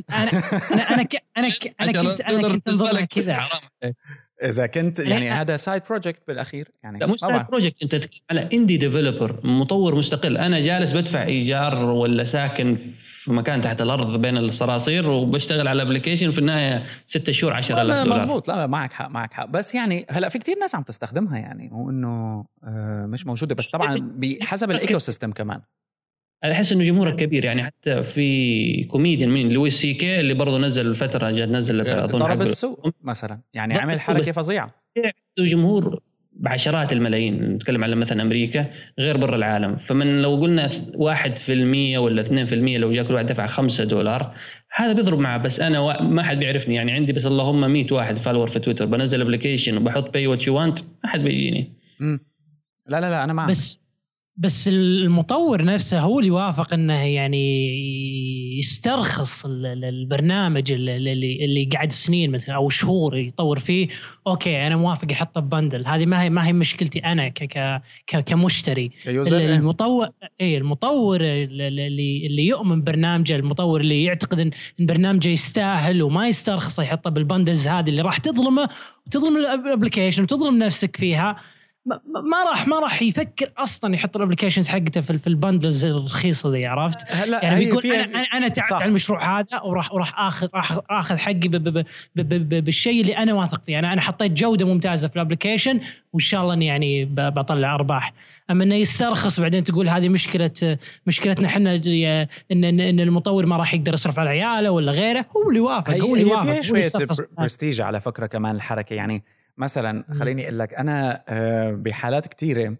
انا كنت انظر كذا. اذا كنت يعني هذا سايد بروجكت بالاخير، يعني لا مش سايد بروجكت، انت تتكلم على اندي ديفلوبر، مطور مستقل. انا جالس بدفع ايجار ولا ساكن في مكان تحت الارض بين الصراصير وبشتغل على ابلكيشن وفي النهايه 6 شهور $10,000. مزبوط. لا معك حق بس يعني هلا في كتير ناس عم تستخدمها، يعني مو انه مش موجوده، بس طبعا بحسب الايكو سيستم كمان. أنا أحس إنه جمهورك كبير، يعني حتى في كوميديان مين لويس سي كي اللي برضو نزل الفترة جات نزل ضرب السوق مثلا، يعني عمل حركة فظيعة. جمهور بعشرات الملايين، نتكلم على مثلا أمريكا غير برا العالم. فمن لو قلنا 1% ولا 2% لو جاء كل واحد دفع $5 هذا بيضرب معه. بس أنا ما حد بيعرفني، يعني عندي بس اللهم 100 واحد فالور في تويتر، بنزل ابليكيشن وبحط pay what you want، ما حد بيجيني. لا أنا معك. بس المطور نفسه هو اللي يوافق انه يعني يسترخص البرنامج اللي قاعد سنين مثلا او شهور يطور فيه. اوكي انا موافق احطه ببندل، هذه ما هي مشكلتي انا كمشتري. المطور اللي يؤمن برنامجه، المطور اللي يعتقد ان برنامجه يستاهل وما يسترخص يحطه بالبندلز هذه اللي راح تظلمه وتظلم الابلكيشن وتظلم نفسك فيها، ما راح يفكر اصلا يحط الابلكيشنز حقته في البندلز الرخيصه ذي، عرفت؟ يعني بيقول انا تعبت على المشروع هذا وراح اخذ حقي بالشيء اللي انا واثق فيه. انا حطيت جوده ممتازه في الابلكيشن وان شاء الله اني يعني بطلع ارباح. اما انه يسترخص بعدين تقول هذه مشكلتنا احنا ان المطور ما راح يقدر يصرف على عياله ولا غيره. هو اللي يوافق، هو اللي يوافق. هي شويه برستيج على فكره كمان الحركه. يعني مثلا خليني اقول لك انا بحالات كتيره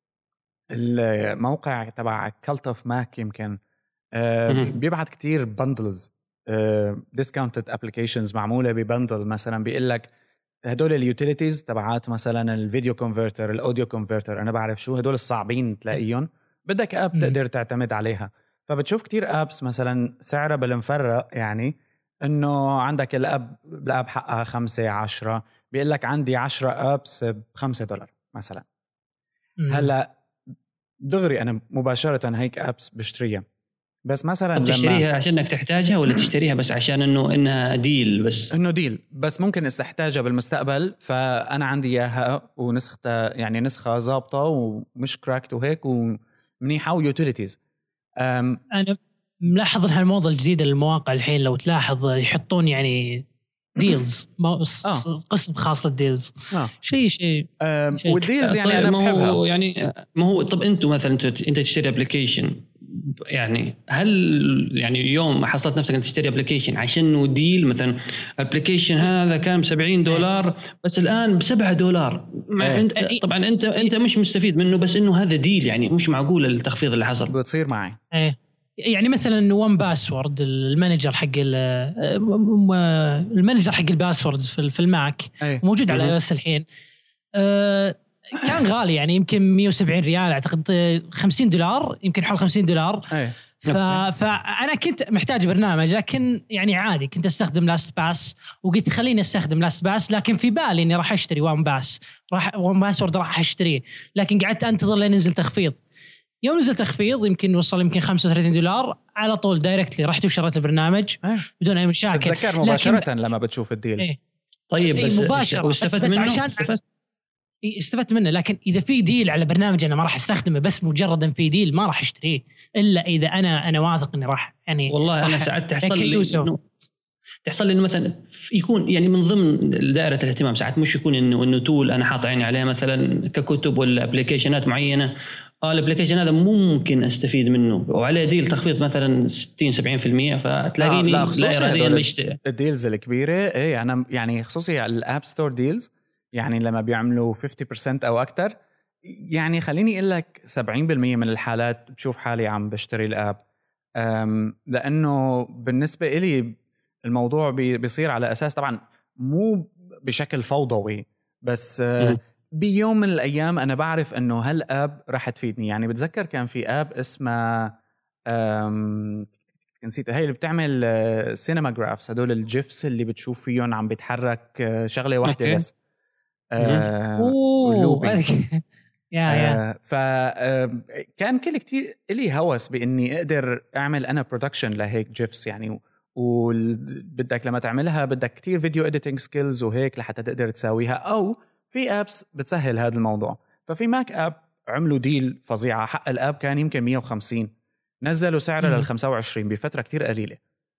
الموقع تبع كالت اوف ماك يمكن بيبعت كتير بندلز ديسكاونتد ابلكيشنز معموله ببندل. مثلا بيقول لك هدول اليوتيليتيز تبعات مثلا الفيديو كونفرتر، الاوديو كونفرتر، انا بعرف شو هدول الصعبين تلاقيهم، بدك اب تقدر تعتمد عليها. فبتشوف كتير ابس مثلا سعرها بالمفرق، يعني انه عندك الاب حقها 5-10، بيقول لك عندي 10 ابس $5 مثلا. هلا دغري انا مباشره هيك ابس بشتريها. بس مثلا لما تشتريها عشان انك تحتاجها ولا تشتريها بس عشان انها ديل؟ بس انه ديل بس ممكن استحتاجها بالمستقبل، فانا عندي اياها ونسختها، يعني نسخه ضابطه ومش كراكت وهيك ومنيحه ويوتيليتيز. انا ملاحظ ان هالموضه الجديده للمواقع الحين لو تلاحظ يحطون يعني ديلز، قسم خاص للديلز. شيء والديلز يعني انا بحبها. يعني ما هو طب انتم مثلا انت تشتري ابلكيشن، يعني هل يعني يوم حصلت نفسك انت تشتري ابلكيشن عشان ديل؟ مثلا ابلكيشن هذا كان $70 بس الان $7. طبعا انت مش مستفيد منه، بس انه هذا ديل، يعني مش معقول التخفيض اللي حصل. بتصير معي يعني مثلا وان باسورد المانجر حق الباسوردز في الماك موجود على iOS الحين. كان غالي، يعني يمكن $170 اعتقد، $50 يمكن حول $50. فانا كنت محتاج برنامج، لكن يعني عادي كنت استخدم لاست باس وقلت خليني استخدم لاست باس، لكن في بالي اني راح اشتري وان باسورد راح اشتريه، لكن قعدت انتظر لين ينزل تخفيض. يوم نزل تخفيض يمكن $35 على طول دايركتلي رحت وشريت البرنامج بدون اي مشاكل. تذكر مباشرة لما بتشوف الديل. طيب بس مباشرة واستفدت منه؟ استفدت منه، لكن اذا في ديل على برنامج انا ما راح استخدمه، بس مجرد ان في ديل ما راح اشتريه الا اذا انا واثق اني راح يعني. والله انا ساعات تحصل لي انه مثلا يكون يعني من ضمن دائره الاهتمام، ساعات مش يكون انه تول انا حاط عيني عليه مثلا ككتب ولا ابلكيشنات معينه، الابلكيشن هذا ممكن استفيد منه وعليه ديل تخفيض مثلا 60-70%، فتلاقيني لا اراديا بشتري الديلز الكبيره. ايه انا يعني خصوصي على الاب ستور ديلز، يعني لما بيعملوا 50% او اكثر، يعني خليني اقول لك 70% من الحالات بشوف حالي عم بشتري الاب. لانه بالنسبه إلي الموضوع بيصير على اساس طبعا مو بشكل فوضوي، بس بيوم من الأيام أنا بعرف أنه هالآب راح تفيدني. يعني بتذكر كان في آب اسمه نسيت، هاي اللي بتعمل سينما جرافس، هدول الجيفس اللي بتشوف فيهم عم بيتحرك شغلة واحدة بس فكان كل كتير إلي هوس بإني أقدر أعمل أنا برودكشن لهيك جيفس يعني، وبدك لما تعملها بدك كتير فيديو إديتنج سكيلز وهيك لحتى تقدر تساويها، أو في أبس بتسهل هذا الموضوع. ففي ماك أب عملوا ديل فظيعة، حق الأب كان يمكن 150، نزلوا سعره لل25 بفترة كتير قليلة.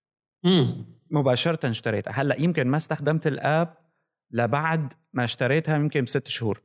مباشرة اشتريتها. هلأ يمكن ما استخدمت الأب لبعد ما اشتريتها يمكن 6 شهور،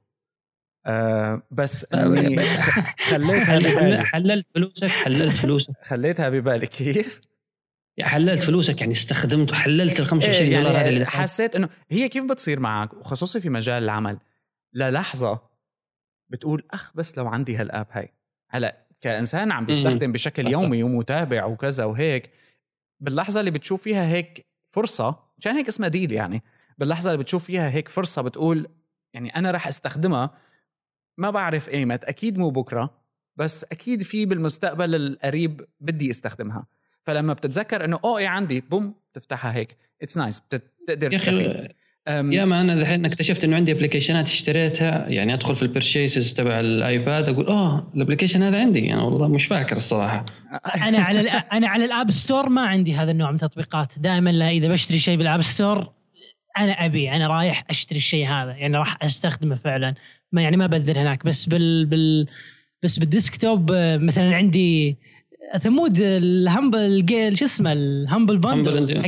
بس أني خليتها ببالي. حللت فلوسك خليتها ببالي. كيف؟ حللت فلوسك يعني استخدمت وحللت $25 يعني هذا اللي حسيت انه هي كيف بتصير معك، وخصوصي في مجال العمل، للحظة بتقول بس لو عندي هالآب هاي. هلا كإنسان عم بيستخدم بشكل يومي ومتابع وكذا وهيك، باللحظة اللي بتشوف فيها هيك فرصة، عشان هيك اسمها ديل يعني، باللحظة اللي بتشوف فيها هيك فرصة بتقول يعني أنا رح استخدمها، ما بعرف ايمت، أكيد مو بكرة بس أكيد في بالمستقبل القريب بدي استخدمها. فلما بتتذكر انه ايه عندي بوم تفتحها هيك اتس نايس بتقدر تستفيد. يا ما انا الحين اكتشفت انه عندي ابلكيشنات اشتريتها، يعني ادخل في البيرشيسز تبع الايباد اقول الابلكيشن هذا عندي، يعني والله مش فاكر الصراحه. انا على الاب ستور ما عندي هذا النوع من التطبيقات. دائما اذا بشتري شيء بالاب ستور انا رايح اشتري الشيء هذا، يعني راح استخدمه فعلا، ما يعني ما بذل هناك. بس بس بالديسكتوب مثلا عندي ثمود الهمبل شو اسمه الهمبل باندلز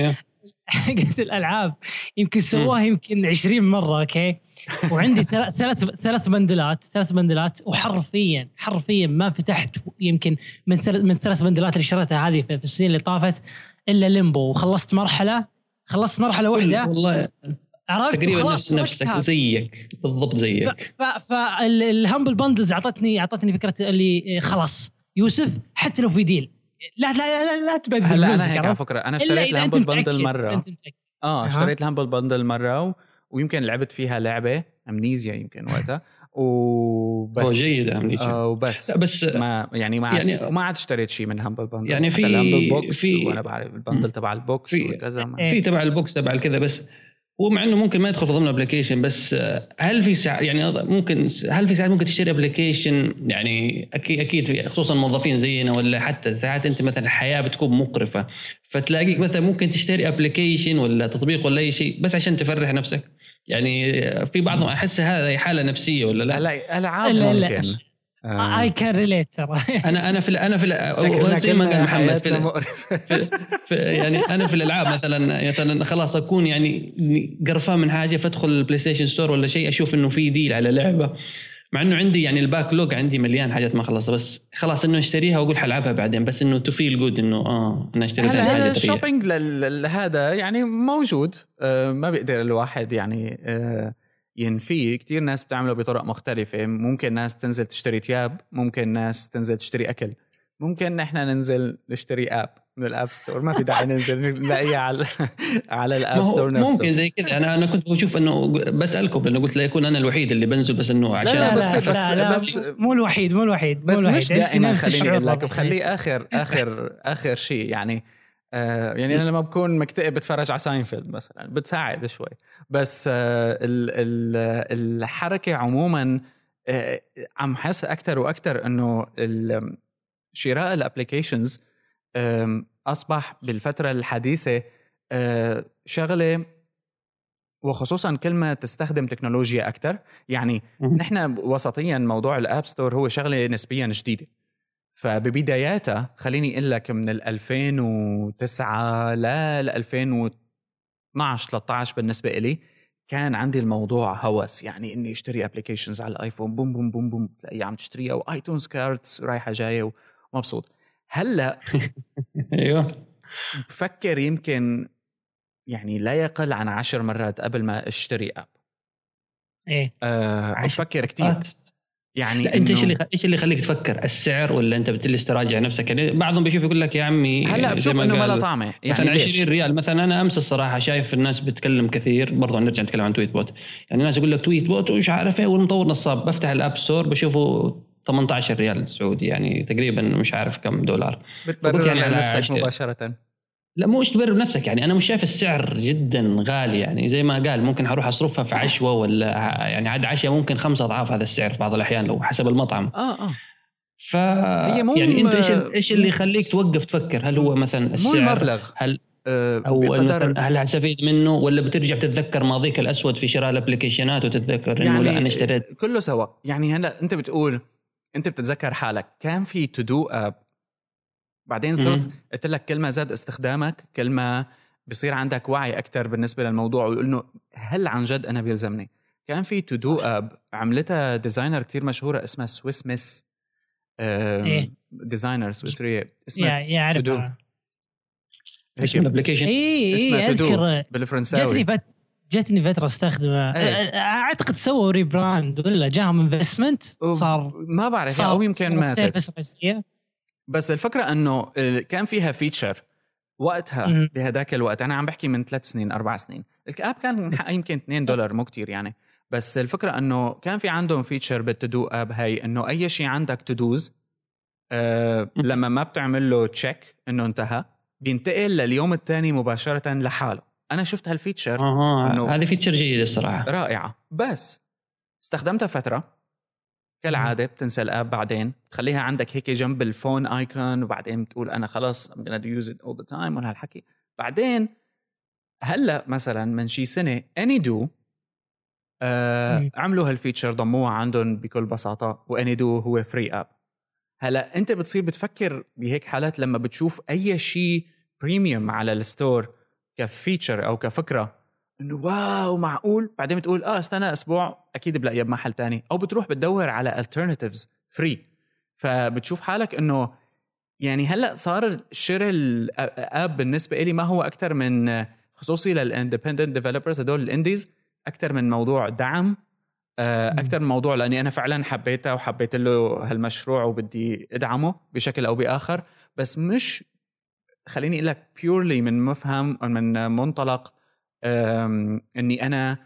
حقت الالعاب، يمكن سووها يمكن 20 مره. اوكي، وعندي ثلاث بندلات وحرفيا ما فتحت يمكن من 3 بندلات اللي اشتريتها هذه في السنين اللي طافت الا ليمبو، وخلصت مرحله واحده والله. عرفت تقريبا نفسك زيك بالضبط زيك. فالهمبل باندلز اعطتني فكره اللي خلاص يوسف حتى لو في ديل لا تبذل. هلا انا هيك على فكره انا اشتريت الهامبل باندل مره. اشتريت الهامبل باندل مره ويمكن لعبت فيها لعبه امنيزيا يمكن وقتها وبس. جيدة امنيزيا بس ما يعني ما عاد اشتريت شيء من هامبل باندل. يعني في الهامبل بوكس وانا بعرف الباندل تبع البوكس وكذا في تبع البوكس تبع الكذا، بس هو مع انه ممكن ما يدخل في ضمن ابلكيشن، بس هل في ساعات يعني ممكن تشتري ابلكيشن يعني اكيد في خصوصا الموظفين زينا، ولا حتى ساعات انت مثلا الحياه بتكون مقرفه فتلاقيك مثلا ممكن تشتري ابلكيشن ولا تطبيق ولا اي شيء بس عشان تفرح نفسك. يعني في بعضهم احس هذا حالة نفسية ولا لا؟ العاب ممكن اي كان ريليت ترى. انا في زي ما قال محمد في يعني انا في الالعاب مثلا خلاص اكون يعني قرفان من حاجه فادخل البلاي ستيشن ستور ولا شيء اشوف انه في ديل على لعبه، مع انه عندي يعني الباك لوج عندي مليان حاجات ما خلصت، بس خلاص انه اشتريها واقول حلعبها بعدين، بس انه تو فيل جود انه انا اشتريتها. هذا الشوبينج هذا يعني موجود، ما بيقدر الواحد يعني ينفيه. كتير ناس بتعمله بطرق مختلفة. ممكن ناس تنزل تشتري ثياب، ممكن ناس تنزل تشتري أكل، ممكن إحنا ننزل نشتري آب من الآب ستور. ما في داعي ننزل نلاقيه على الآب ستور نفسه. ممكن زي كده. أنا كنت بشوف إنه بسألكم لأنه قلت لا يكون أنا الوحيد اللي بنزل، بس إنه عشان لا بس مو الوحيد بس مش دائما. خليني أقول لك بخليه آخر شيء يعني. يعني أنا لما بكون مكتئب بتفرج على ساينفيلد مثلا بتساعد شوي، بس الحركة عموما عم حس أكتر وأكتر إنه شراء الابليكيشنز أصبح بالفترة الحديثة شغلة، وخصوصا كل ما تستخدم تكنولوجيا أكتر. يعني نحن وسطيا موضوع الآب ستور هو شغلة نسبيا جديدة، فببداياتها خليني أقول لك من 2009 ل 2012-13 بالنسبة إلي كان عندي الموضوع هوس، يعني اني اشتري ابلكيشنز على الايفون، بوم بوم بوم بوم تلاقي عم تشتريها، وايتونز كاردز رايحه جايه ومبسوط. هلا ايوه بفكر يمكن يعني لا يقل عن 10 مرات قبل ما اشتري اب. ايه بفكر كتير يعني. لا انت ايش اللي يخليك تفكر؟ السعر ولا انت بتجلس تراجع نفسك؟ يعني بعضهم بيشوف يقول لك يا عمي هلا بشوف انه ما له طعمه، يعني مثلا 20 ريال مثلا. انا امس الصراحه شايف الناس بتتكلم كثير، برضه نرجع نتكلم عن تويت بوت. يعني الناس يقول لك تويت بوت ومش عارف ايه والمطور نصاب، بفتح الاب ستور بشوفه 18 ريال سعودي، يعني تقريبا مش عارف كم دولار. بتبرر يعني لنفسك مباشره. لا مو تبرر بنفسك، يعني انا مش شايف السعر جدا غالي، يعني زي ما قال ممكن هروح اصرفها في عشوه ولا يعني عاد عشاء ممكن 5 أضعاف هذا السعر في بعض الاحيان لو حسب المطعم. ف يعني انت ايش اللي يخليك توقف تفكر؟ هل هو مثلا السعر؟ مو المبلغ، هل او مثلا هل هستفيد منه، ولا بترجع تتذكر ماضيك الاسود في شراء الابلكيشنات وتتذكر يعني انه لا انا اشتريت كله سوا. يعني هلا انت بتقول انت بتتذكر حالك كان في تو دو اب، بعدين صرت قلت لك كل ما زاد استخدامك كل ما بصير عندك وعي أكتر بالنسبة للموضوع، ويقول إنه هل عن جد أنا بيلزمني. كان في تو دو اب عملتها ديزاينر كتير مشهورة اسمها سويس ميس، ديزاينر سويسرية اسمها يعرف اسم الابلكيشن. اسمها تودو بالفرنساوي. جتني فترة استخدمه. اعتقد سووا ريبراند ولا جاهم انفستمنت صار ما بعرف، او يمكن ماتت. بس الفكرة انه كان فيها فيتشر وقتها بهداك الوقت، انا عم بحكي من 3 سنين 4 سنين. الاب كان يمكن $2 مو كتير يعني. بس الفكرة انه كان في عندهم فيتشر بالتودو اب هاي، انه اي شيء عندك تودوز لما ما بتعمل له تشيك انه انتهى بينتقل لليوم الثاني مباشرة لحاله. انا شفت هالفيتشر هذه فيتشر جيدة الصراحة، رائعة. بس استخدمتها فترة كالعادة بتنسى الاب، بعدين تخليها عندك هيك جنب الفون ايكون، وبعدين بتقول انا خلاص I'm gonna use it all the time وهالحكي. بعدين هلا مثلا من شي سنة AnyDo عملوا هالفيتشر ضموها عندهم بكل بساطة، وAnyDo هو فري اب. هلا انت بتصير بتفكر بهيك حالات لما بتشوف اي شيء بريميوم على الستور كفيتشر او كفكرة انه واو معقول، بعدين بتقول استنى اسبوع اكيد بلاقيها بمحل تاني، او بتروح بتدور على alternatives فري. فبتشوف حالك انه يعني هلا صار شراء الاب بالنسبه لي ما هو اكثر من، خصوصي للاندبندنت ديفلوبرز هدول الانديز، اكثر من موضوع دعم، اكثر من موضوع لاني انا فعلا حبيته وحبيت له هالمشروع وبدي ادعمه بشكل او باخر. بس مش خليني اقول لك بيورلي من مفهم من منطلق اني انا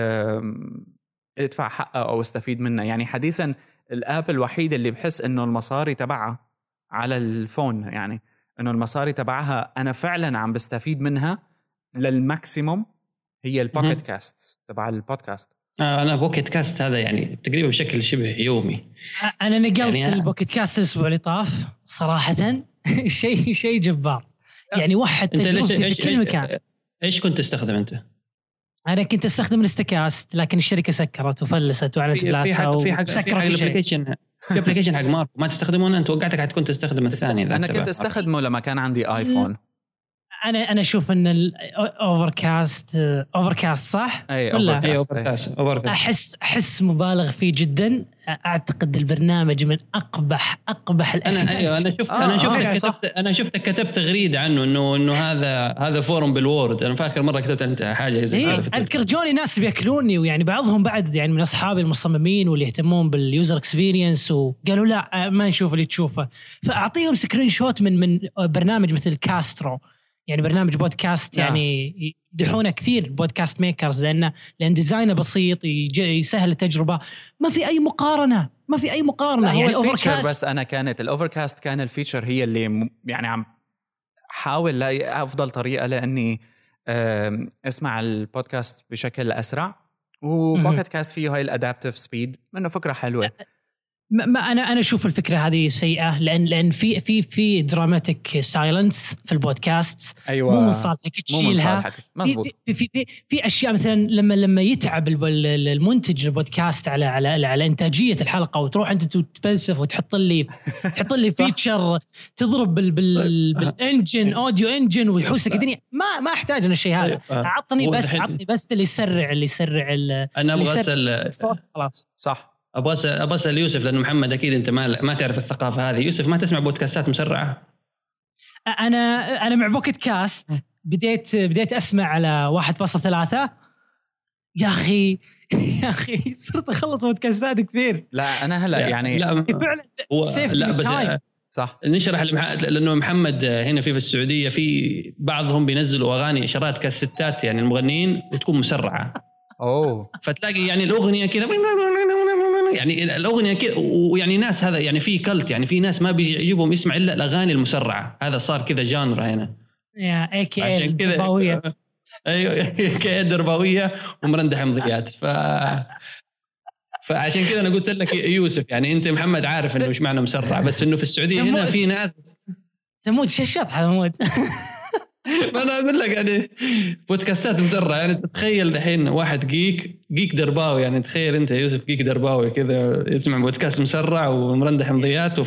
ادفع حقه او استفيد منه. يعني حديثا الاب الوحيد اللي بحس انه المصاري تبعها على الفون، يعني انه المصاري تبعها انا فعلا عم بستفيد منها للماكسيموم، هي البوكيت كاست تبع البودكاست. انا بوكيت كاست هذا يعني تقريبا بشكل شبه يومي. انا نقلت يعني البوكيت كاست الاسبوع اللي طاف صراحه. شيء جبار يعني. وحد تجربتي في كل مكان. ايش كنت تستخدم انت؟ انا كنت استخدم الاستكاست، لكن الشركه سكرت وفلست واعلنت بلاسها وسكرت الابلكيشن. في ابلكيشن حق ماركو ما تستخدمونه انت؟ وقعتك حتكون تستخدم الثاني. انا كنت استخدمه لما كان عندي ايفون. انا اشوف ان الاوفركاست صح ولا اوفركاست احس مبالغ فيه جدا. اعتقد البرنامج من اقبح الاشياء. انا شفتك كتبت تغريده عنه انه هذا فورم بالوورد. انا فاكر مره كتبت انت حاجه زي كذا. اذكر جوني ناس بياكلوني، ويعني بعضهم بعد يعني من اصحابي المصممين واللي يهتمون باليوزر اكسبيرينس، وقالوا لا ما نشوف اللي تشوفه. فاعطيهم سكرين شوت من برنامج مثل كاسترو، يعني برنامج بودكاست يعني يدحونه كثير بودكاست ميكرز، لان ديزاينه بسيط يسهل التجربه. ما في اي مقارنه يعني اوفركاست. بس انا كانت الاوفركاست كان الفيتشر هي اللي يعني عم حاول لاقي افضل طريقه لاني اسمع البودكاست بشكل اسرع. وبوكيت كاست فيه هاي الادابتيف سبيد، منه فكره حلوه. ما انا اشوف الفكره هذه سيئه، لان في دراماتيك سايلنس في البودكاست. أيوة. مو من صالحك تشيلها. مزبوط. في اشياء مثلا لما يتعب المنتج البودكاست على انتاجيه الحلقه، وتروح انت تتفلسف وتحط لي فيتشر تضرب بالانجن اوديو انجن ويحوسك الدنيا. ما احتاج انا الشيء هذا. عطني بس اللي يسرع انا ابغى اسال خلاص. صح. ابغى اسال يوسف، لانه محمد اكيد انت ما تعرف الثقافه هذه. يوسف، ما تسمع بودكاستات مسرعه؟ انا مع بوكيت كاست بديت اسمع على 1.3. يا اخي صرت اخلص بودكاستات كثير. لا انا هلا يعني فعلا لا بس صح. نشرح لانه محمد هنا في السعوديه في بعضهم بينزلوا اغاني اشارات كاسيتات، يعني المغنيين وتكون مسرعه. فتلاقي يعني الاغنيه كذا، يعني الاغنيه كذا، ويعني ناس هذا يعني في كلت، يعني في ناس ما بيجيبهم يسمع الا الاغاني المسرعه. هذا صار كذا جانرا هنا، يا AKA الدرباويه. ايوه AKA الدرباويه ومرندح مضيات. فعشان كذا انا قلت لك يوسف، يعني انت محمد عارف انه ايش معنى مسرع، بس انه في السعوديه هنا في ناس ثمود شاشات حمود. ما انا اقول لك يعني بودكاستات مسرعه. يعني تتخيل الحين واحد جيك درباوي، يعني تخيل انت يوسف جيك درباوي كذا يسمع بودكاست مسرع ومرندح مضيات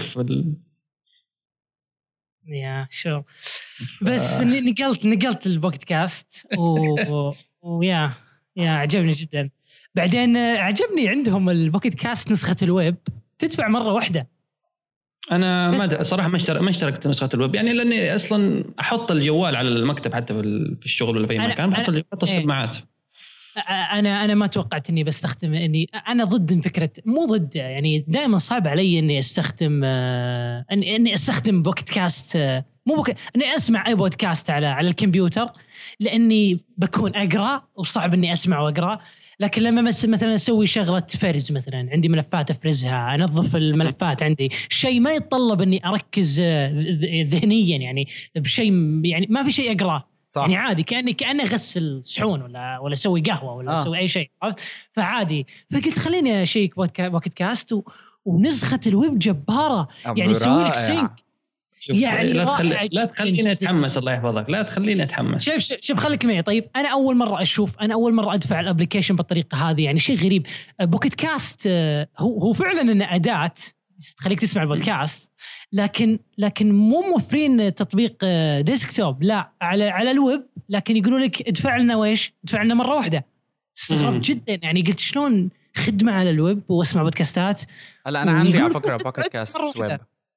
يا شو بس نقلت البودكاست ويا عجبني جدا. بعدين عجبني عندهم البودكاست نسخة الويب تدفع مرة واحدة. أنا ما صراحة ما اشتركت نسخة الويب، يعني لأني أصلاً أحط الجوال على المكتب حتى في الشغل ولا في مكان، بحط السماعات. أنا ما توقعت إني بستخدم، إني أنا ضد فكرة، مو ضد، يعني دائما صعب علي إني أستخدم إني أستخدم بودكاست، إني أسمع أي بودكاست على الكمبيوتر، لأني بكون أقرأ وصعب إني أسمع وأقرأ. لكن لما مثلا اسوي شغله فرز، مثلا عندي ملفات افرزها، انظف الملفات، عندي شيء ما يتطلب اني اركز ذهنيا، يعني بشيء، يعني ما في شيء اقراه، يعني عادي كاني اغسل صحون ولا اسوي قهوه ولا اسوي اي شيء، فعادي. فقلت خليني اشيك بودكاست، ونسخه الويب جباره، يعني يسوي لك سينك. يعني لا تخليني اتحمس، الله يحفظك، لا تخليني اتحمس. شوف خليك معي. طيب انا اول مره ادفع الابليكيشن بالطريقه هذه، يعني شيء غريب. بوكيت كاست هو فعلا انه اداه تخليك تسمع البودكاست، لكن مو موفرين تطبيق ديسكتوب، لا على الويب، لكن يقولوا لك ادفع لنا مره واحده. استغربت جدا، يعني قلت شلون خدمه على الويب واسمع بودكاستات؟ هلا انا عندي على فكره بوكيت كاست ويب.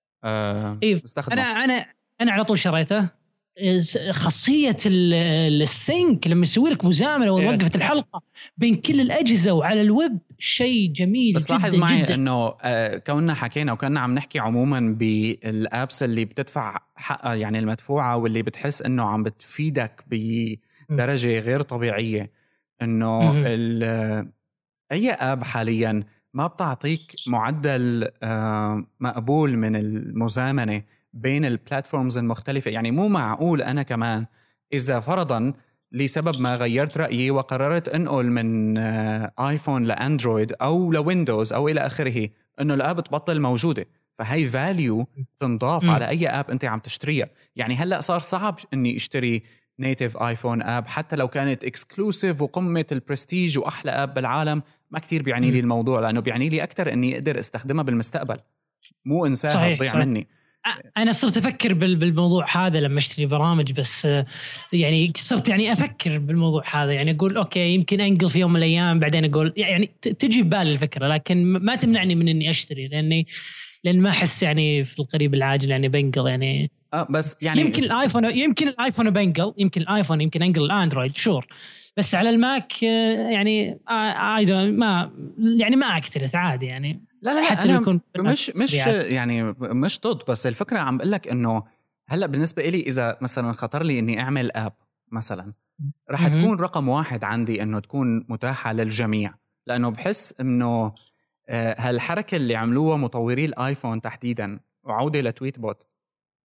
أنا على طول شريته. خاصية السينك لما يسوي لك مزامنة ونوقفة الحلقة بين كل الأجهزة وعلى الويب، شيء جميل. بس لاحظ معي أنه كوننا حكينا وكنا عم نحكي عموما بالأبس اللي بتدفع حقها، يعني المدفوعة، واللي بتحس أنه عم بتفيدك بدرجة غير طبيعية، أنه أي أب حاليا ما بتعطيك معدل مقبول من المزامنة بين البلاتفورمز المختلفة. يعني مو معقول أنا كمان إذا فرضاً لسبب ما غيرت رأيي وقررت أنقل من آيفون لأندرويد أو لويندوز أو إلى آخره، أنه الآب تبطل موجودة، فهي فاليو تنضاف على أي آب أنت عم تشتريها. يعني هلأ صار صعب أني اشتري نيتيف آيفون آب حتى لو كانت اكسكلوسيف وقمة البرستيج وأحلى آب بالعالم. ما كتير بيعني لي الموضوع، لأنه بيعني لي أكتر أني أقدر استخدمها بالمستقبل، مو إنساها تضيع مني. أنا صرت أفكر بالموضوع هذا لما أشتري برامج، بس يعني صرت يعني أفكر بالموضوع هذا، يعني أقول أوكي يمكن أنقل في يوم من الأيام، بعدين أقول يعني تجي ببالي الفكرة، لكن ما تمنعني من إني أشتري، لأن ما أحس يعني في القريب العاجل يعني بنقل يعني. بس يعني يمكن الآيفون بنقل، يمكن أنقل الأندرويد شور، بس على الماك يعني ما أكثرث عادي يعني. لا حتى أنا يكون مش ضد، بس الفكرة عم بقولك إنه هلأ بالنسبة إلي إذا مثلا خطر لي إني أعمل آب مثلا، رح تكون رقم واحد عندي إنه تكون متاحة للجميع، لأنه بحس إنه هالحركة اللي عملوها مطوري الآيفون تحديدا، وعودة لتويت بوت.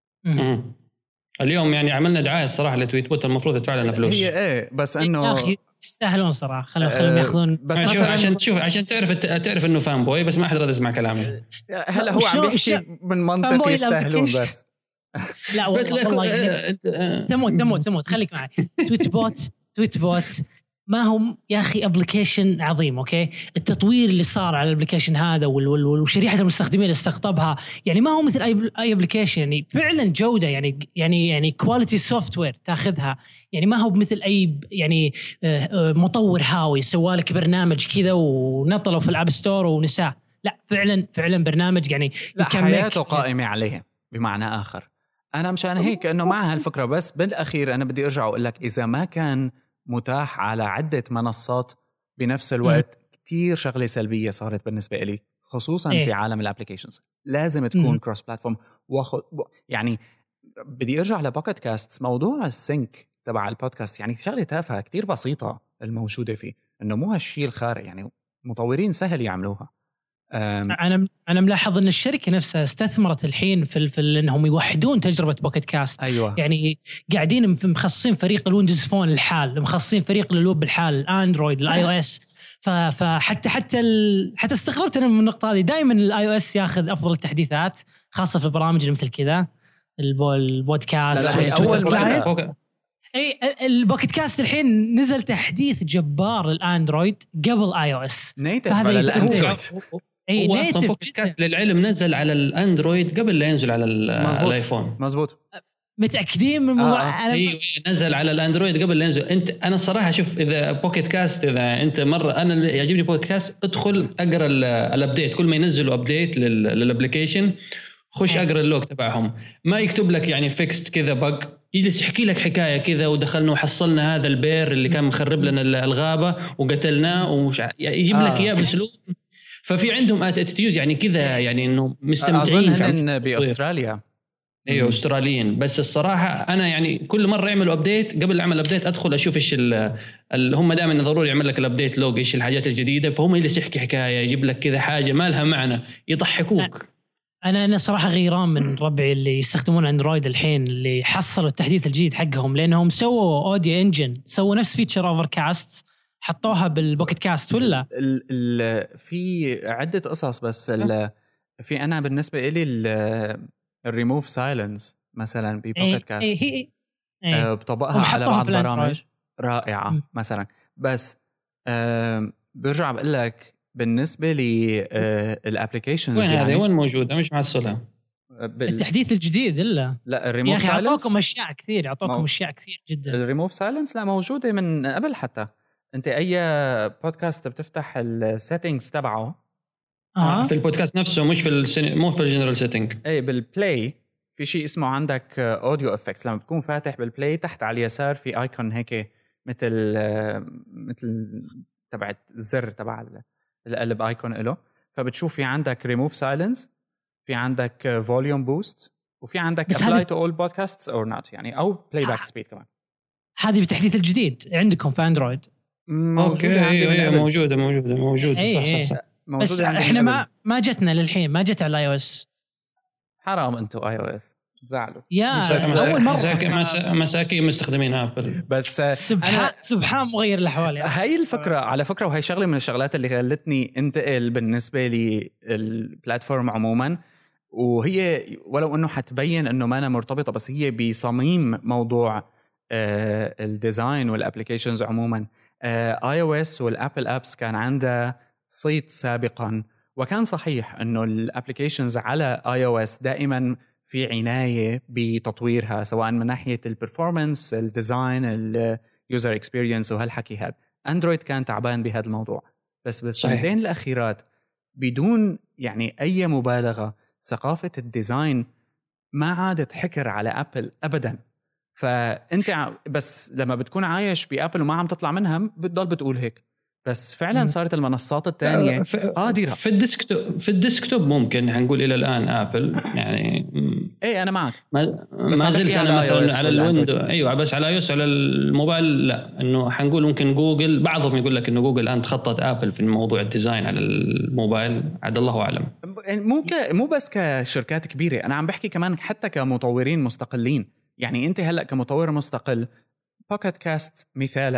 اليوم يعني عملنا دعاية الصراحة لتويت بوت، المفروض يدفع لنا فلوس. هي بس إنه يستاهلون صراحه. خلهم ياخذون. بس عشان تعرف انه فان بوي، بس ما حد رد يسمع كلامي. هلا هو عم بيحكي من منطق يستاهلون بس. لا والله تموت خليك معي. تويت بوت ما هم يا اخي ابلكيشن عظيم. اوكي التطوير اللي صار على الابلكيشن هذا وشريحه المستخدمين اللي استقطبها يعني ما هو مثل اي ابلكيشن، يعني فعلا جوده، يعني كواليتي سوفت وير تاخذها، يعني ما هو مثل اي يعني مطور هاوي سوالك برنامج كذا ونطلوا في الاب ستور ونساه. لا فعلا برنامج يعني حياته قائمه عليه بمعنى اخر. انا مشان هيك انه مع هالفكره، بس بالاخير انا بدي ارجع واقول لك اذا ما كان متاح على عدة منصات بنفس الوقت كتير شغلة سلبية صارت بالنسبة لي، خصوصا في عالم الابليكيشنز. لازم تكون كروس بلاتفورم. يعني بدي ارجع لبوكيت كاست، موضوع السينك تبع البودكاست يعني شغلة تافهة كتير بسيطة الموجودة فيه، انه مو هالشيء الخارق، يعني مطورين سهل يعملوها. انا ملاحظ ان الشركه نفسها استثمرت الحين في انهم يوحدون تجربه بوكيت كاست. أيوة. يعني قاعدين مخصصين فريق الويندوز فون الحال، مخصصين فريق للويب الحال، الاندرويد، الاي او اس. حتى استغربت انا من النقطه هذه. دائما الاي او اس ياخذ افضل التحديثات، خاصه في البرامج اللي مثل كذا البودكاست. اول مره اي البوكيت كاست الحين نزل تحديث جبار للاندرويد قبل اي او اس، نيتف على الاندرويد. هو أصلاً بودكاست للعلم نزل على الأندرويد قبل لا ينزل على الآيفون. مزبوط. متأكدين من الموضوع؟ أيوة نزل على الأندرويد قبل لا ينزل. أنا الصراحة شوف، إذا بوكيت كاست، إذا أنت مرة أنا يعجبني بوكيت كاست، ادخل أقرأ الأبديت كل ما ينزلوا أبديت للأبليكيشن، خش أقرأ اللوج تبعهم. ما يكتب لك يعني فيكست كذا بق، يجلس يحكي لك حكاية كذا ودخلنا وحصلنا هذا البير اللي كان مخرب لنا الغابة وقتلناه، ومش يجيب لك إياه بأسلوب. ففي عندهم اتيتيود يعني كذا، يعني انه مستمتعين. اظن باستراليا. ايوه استراليين. بس الصراحه انا يعني كل مره يعملوا ابديت، قبل اعمل ابديت ادخل اشوف ايش هم دائما ضروري يعمل لك الابديت لوج، ايش الحاجات الجديده. فهم اللي يحكي حكايه، يجيب لك كذا حاجه ما لها معنى، يضحكوك. انا صراحه غيران من ربعي اللي يستخدمون اندرويد الحين، اللي حصلوا التحديث الجديد حقهم، لانهم سووا اوديو انجن، سووا نفس فيتشر اوفركاست حطوها بالبوكيت كاست. ولا في عدة قصص، بس في أنا بالنسبة إلي الريموف سايلنس مثلا ببوكيت كاست بطبقها على بعض برامج رائعة مثلا. بس برجع بقول لك بالنسبة لي الابليكيشنز يعني وين موجودة مش معسلها التحديث الجديد. لا الريموف سايلنس يعطوكم أشياء كثير، يعطوكم أشياء كثير جدا. الريموف سايلنس لا موجودة من قبل. حتى انت اي بودكاست بتفتح السيتنجز تبعه في البودكاست نفسه، مش مو في الجنرال سيتنج. اي بالبلاي في شيء اسمه عندك اوديو افكتس. لما بتكون فاتح بالبلاي تحت على اليسار في ايكون هيك مثل تبع الزر تبع القلب ايكون له، فبتشوف في عندك ريموف سايلنس، في عندك فوليوم بوست، وفي عندك ابلاي تو اول بودكاستس اور نوت، يعني او بلاي باك سبيد كمان. هذه بالتحديث الجديد عندكم في اندرويد؟ موجودة موجودة صح. بس احنا ما جتنا للحين، ما جت على اي او اس. حرام انتم اي او اس تزعلوا اول مره. مساكين مستخدمين ابل. بس سبحان مغير الاحوال يعني. هاي الفكره على فكره، وهي شغله من الشغلات اللي خلتني انتقل بالنسبه لي البلاتفورم عموما، وهي ولو انه حتبين انه ما أنا مرتبطه، بس هي بصميم موضوع الديزاين والابليكيشنز عموما. اي او اس والابل ابس كان عندها صيت سابقا، وكان صحيح انه الابليكيشنز على اي او اس دائما في عنايه بتطويرها، سواء من ناحيه البرفورمانس، الديزاين، اليوزر اكسبيرينس وهالحكي هذا. اندرويد كان تعبان بهذا الموضوع، بس بالسنتين الاخيرات بدون يعني اي مبالغه ثقافه الديزاين ما عادت حكر على ابل ابدا. فانت بس لما بتكون عايش بابل وما عم تطلع منها بتضل بتقول هيك، بس فعلا صارت المنصات الثانيه قادره. في الديسكتوب ممكن هنقول الى الان ابل يعني ايه انا معك، ما زلت انا مثلا على الويندو. ايوه بس على ايوس على الموبايل لا. انه حنقول ممكن جوجل، بعضهم يقول لك انه جوجل الان تخطت ابل في الموضوع الديزاين على الموبايل، عاد الله اعلم. مو بس كشركات كبيره، انا عم بحكي كمان حتى كمطورين مستقلين. يعني انت هلا كمطور مستقل، بوكيت كاست مثالا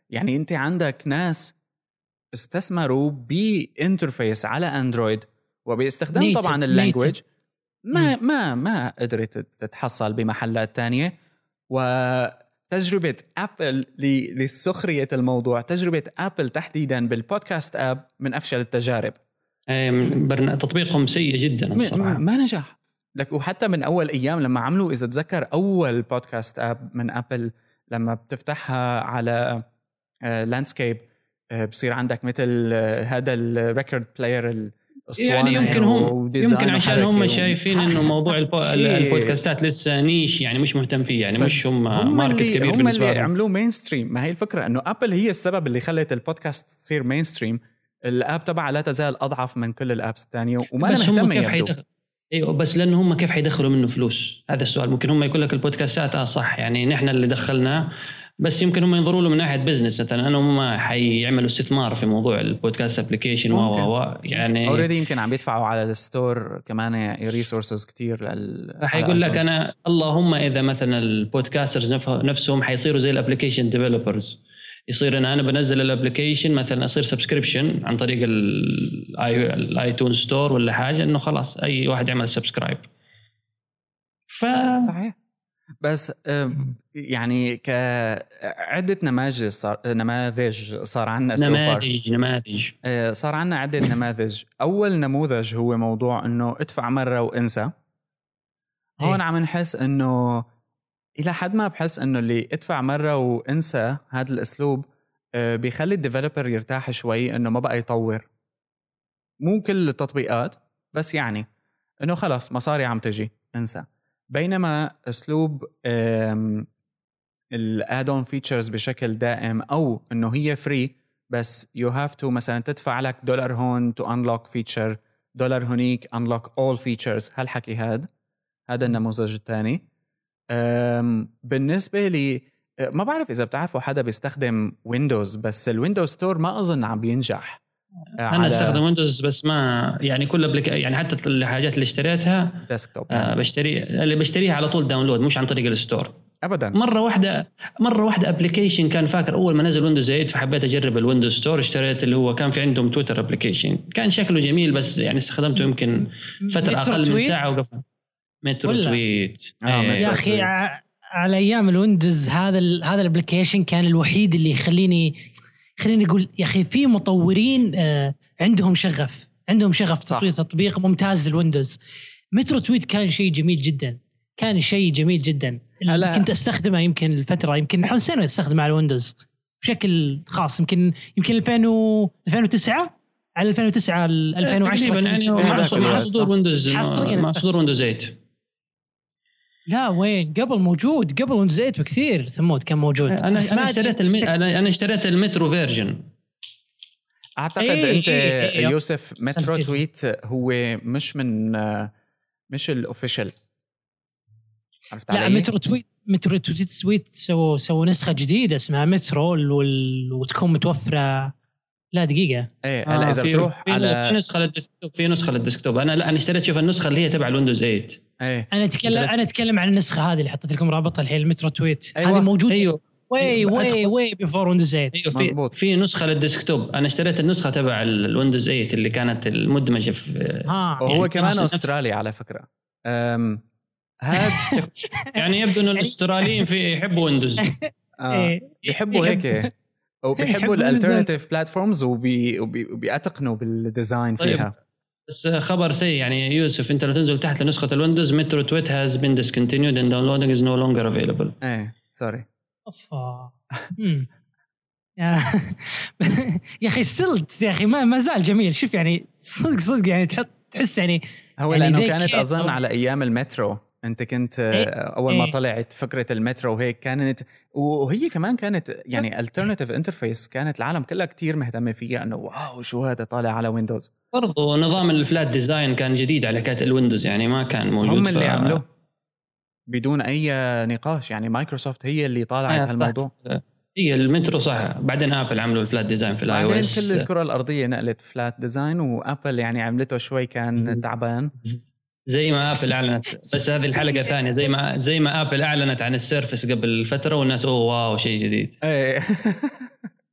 يعني انت عندك ناس استثمروا بانترفيس على اندرويد وباستخدام طبعا اللانجويج ما قدرت تتحصل بمحلات تانية. وتجربة أبل للسخرية الموضوع، تجربة أبل تحديدا بالبودكاست أب من أفشل التجارب. تطبيقهم سيء جدا الصراحة، ما نجح لك. وحتى من أول أيام لما عملوا، إذا تذكر أول بودكاست أب من أبل، لما بتفتحها على لاندسكيب بصير عندك مثل هذا الريكورد بلاير يعني يمكن عشان هم شايفين انه موضوع البودكاستات لسه نيش، يعني مش مهتم فيه، يعني مش هم ماركت كبير بالنسبه لهم. هم اللي عملوه مين ستريم. ما هي الفكره انه ابل هي السبب اللي خلت البودكاست تصير مين ستريم. الاب تبعها لا تزال اضعف من كل الابس الثانيه وما انا مهتم يبدو. ايوه بس لانه هم كيف حيدخلوا منه فلوس؟ هذا السؤال. ممكن هم يقول لك البودكاستات صح، يعني نحن اللي دخلنا، بس يمكن هم ينظروا له من ناحيه بزنس مثلا، انهم حيعملوا استثمار في موضوع البودكاست ابلكيشن يعني اوريدي يمكن عم يدفعوا على الستور كمان ريسورسز كتير فحيقول لك انا اللهم اذا مثلا البودكاسترز نفسهم حيصيروا زي الابلكيشن ديفلوبرز، يصير انا بنزل الابلكيشن مثلا اصير سبسكريبشن عن طريق الايتون ستور ولا حاجه، انه خلاص اي واحد يعمل سبسكرايب. صحيح. بس يعني كعدة نماذج صار عنا نماذج صار عنا عدة نماذج. أول نموذج هو موضوع إنه ادفع مرة وانسى. هون عم نحس إنه إلى حد ما بحس إنه اللي ادفع مرة وانسى هذا الأسلوب بيخلي الديفلوبر يرتاح شوي، إنه ما بقى يطور. مو كل التطبيقات بس يعني إنه خلاص مصاري عم تجي انسى. بينما أسلوب الادون فيتشرز بشكل دائم، أو إنه هي فري بس you have to مثلا تدفع لك $1 هون to unlock feature، $1 هونيك unlock all features، هالحكي هذا النموذج الثاني. بالنسبة لي ما بعرف إذا بتعرفوا حدا بيستخدم ويندوز، بس الويندوز ستور ما أظن عم بينجح. أنا استخدم ويندوز بس ما يعني كل يعني حتى الحاجات اللي اشتريتها ديسكتوب اللي بشتريها على طول داونلود، مش عن طريق الستور أبدا. مرة واحدة أبليكيشن كان فاكر أول ما نزل ويندوز 8 فحبيت أجرب الويندوز ستور، اشتريت اللي هو كان في عندهم تويتر أبليكيشن، كان شكله جميل بس يعني استخدمته يمكن فترة أقل من ساعة وقفل. مترو تويت يا أخي على أيام الويندوز هذا الابليكيشن كان الوحيد اللي خليني أقول يا أخي في مطورين عندهم شغف تطبيق ممتاز الويندوز. مترو تويت كان شيء جميل جدا، كنت استخدمه يمكن الفترة، يمكن حول سنة استخدمه على الويندوز بشكل خاص، يمكن 2009 على 2009 2010 يعني مع صدور ويندوز 8. لا وين قبل موجود، قبل ويندوز 8 بكثير ثمود كان موجود. انا اشتريت المترو فيرجن. اعتقد انت يوسف مترو تويت هو مش الاوفيشال، عرفت علي؟ لا مترو تويت سويت سووا نسخة جديدة اسمها مترو وتكون متوفرة. لا دقيقة هلا إذا بتروح على في نسخة للديسكتوب أنا اشتريت شوف النسخة اللي هي تبع الويندوز 8. أنا أتكلم عن النسخة هذه اللي حطيت لكم رابطها الحين المترو تويت. هذه موجودة واي بيفور ويندوز 8. مظبوط. في نسخة للديسكتوب أنا اشتريت النسخة تبع الويندوز 8 اللي كانت المدمجة في وهو يعني كمان أسترالي على فكرة. هذا يعني يبدو إنه الأستراليين يحبوا ويندوز. يحبوا هيك وبيحبوا الالترناتيف بلاتفورمز وبيأتقنوا بالديزاين فيها. بس خبر سيء يعني يوسف، انت لو تنزل تحت لنسخة الويندوز مترو تويت has been discontinued and downloading is no longer available. سوري. يا اخي استلت يا اخي ما زال جميل. شوف يعني صدق يعني تحس يعني هو يعني لانه كانت اظن على ايام المترو، انت كنت اول ما طلعت فكره المترو وهيك كانت، وهي كمان كانت يعني الترناتيف انترفيس، كانت العالم كلها كتير مهتمه فيها انه واو شو هذا طالع على ويندوز. برضو نظام الفلات ديزاين كان جديد على كات الويندوز، يعني ما كان موجود. هم اللي عملوه بدون اي نقاش، يعني مايكروسوفت هي اللي طالعت هالموضوع. هي المترو صح، بعدين ابل عملوا الفلات ديزاين في الاي او اس. بعدين كل الكره الارضيه نقلت فلات ديزاين، وابل يعني عملته شوي كان تعبان زي ما ابل اعلنت. بس هذه الحلقه ثانيه زي ما ابل اعلنت عن السيرفس قبل فتره والناس واو شيء جديد.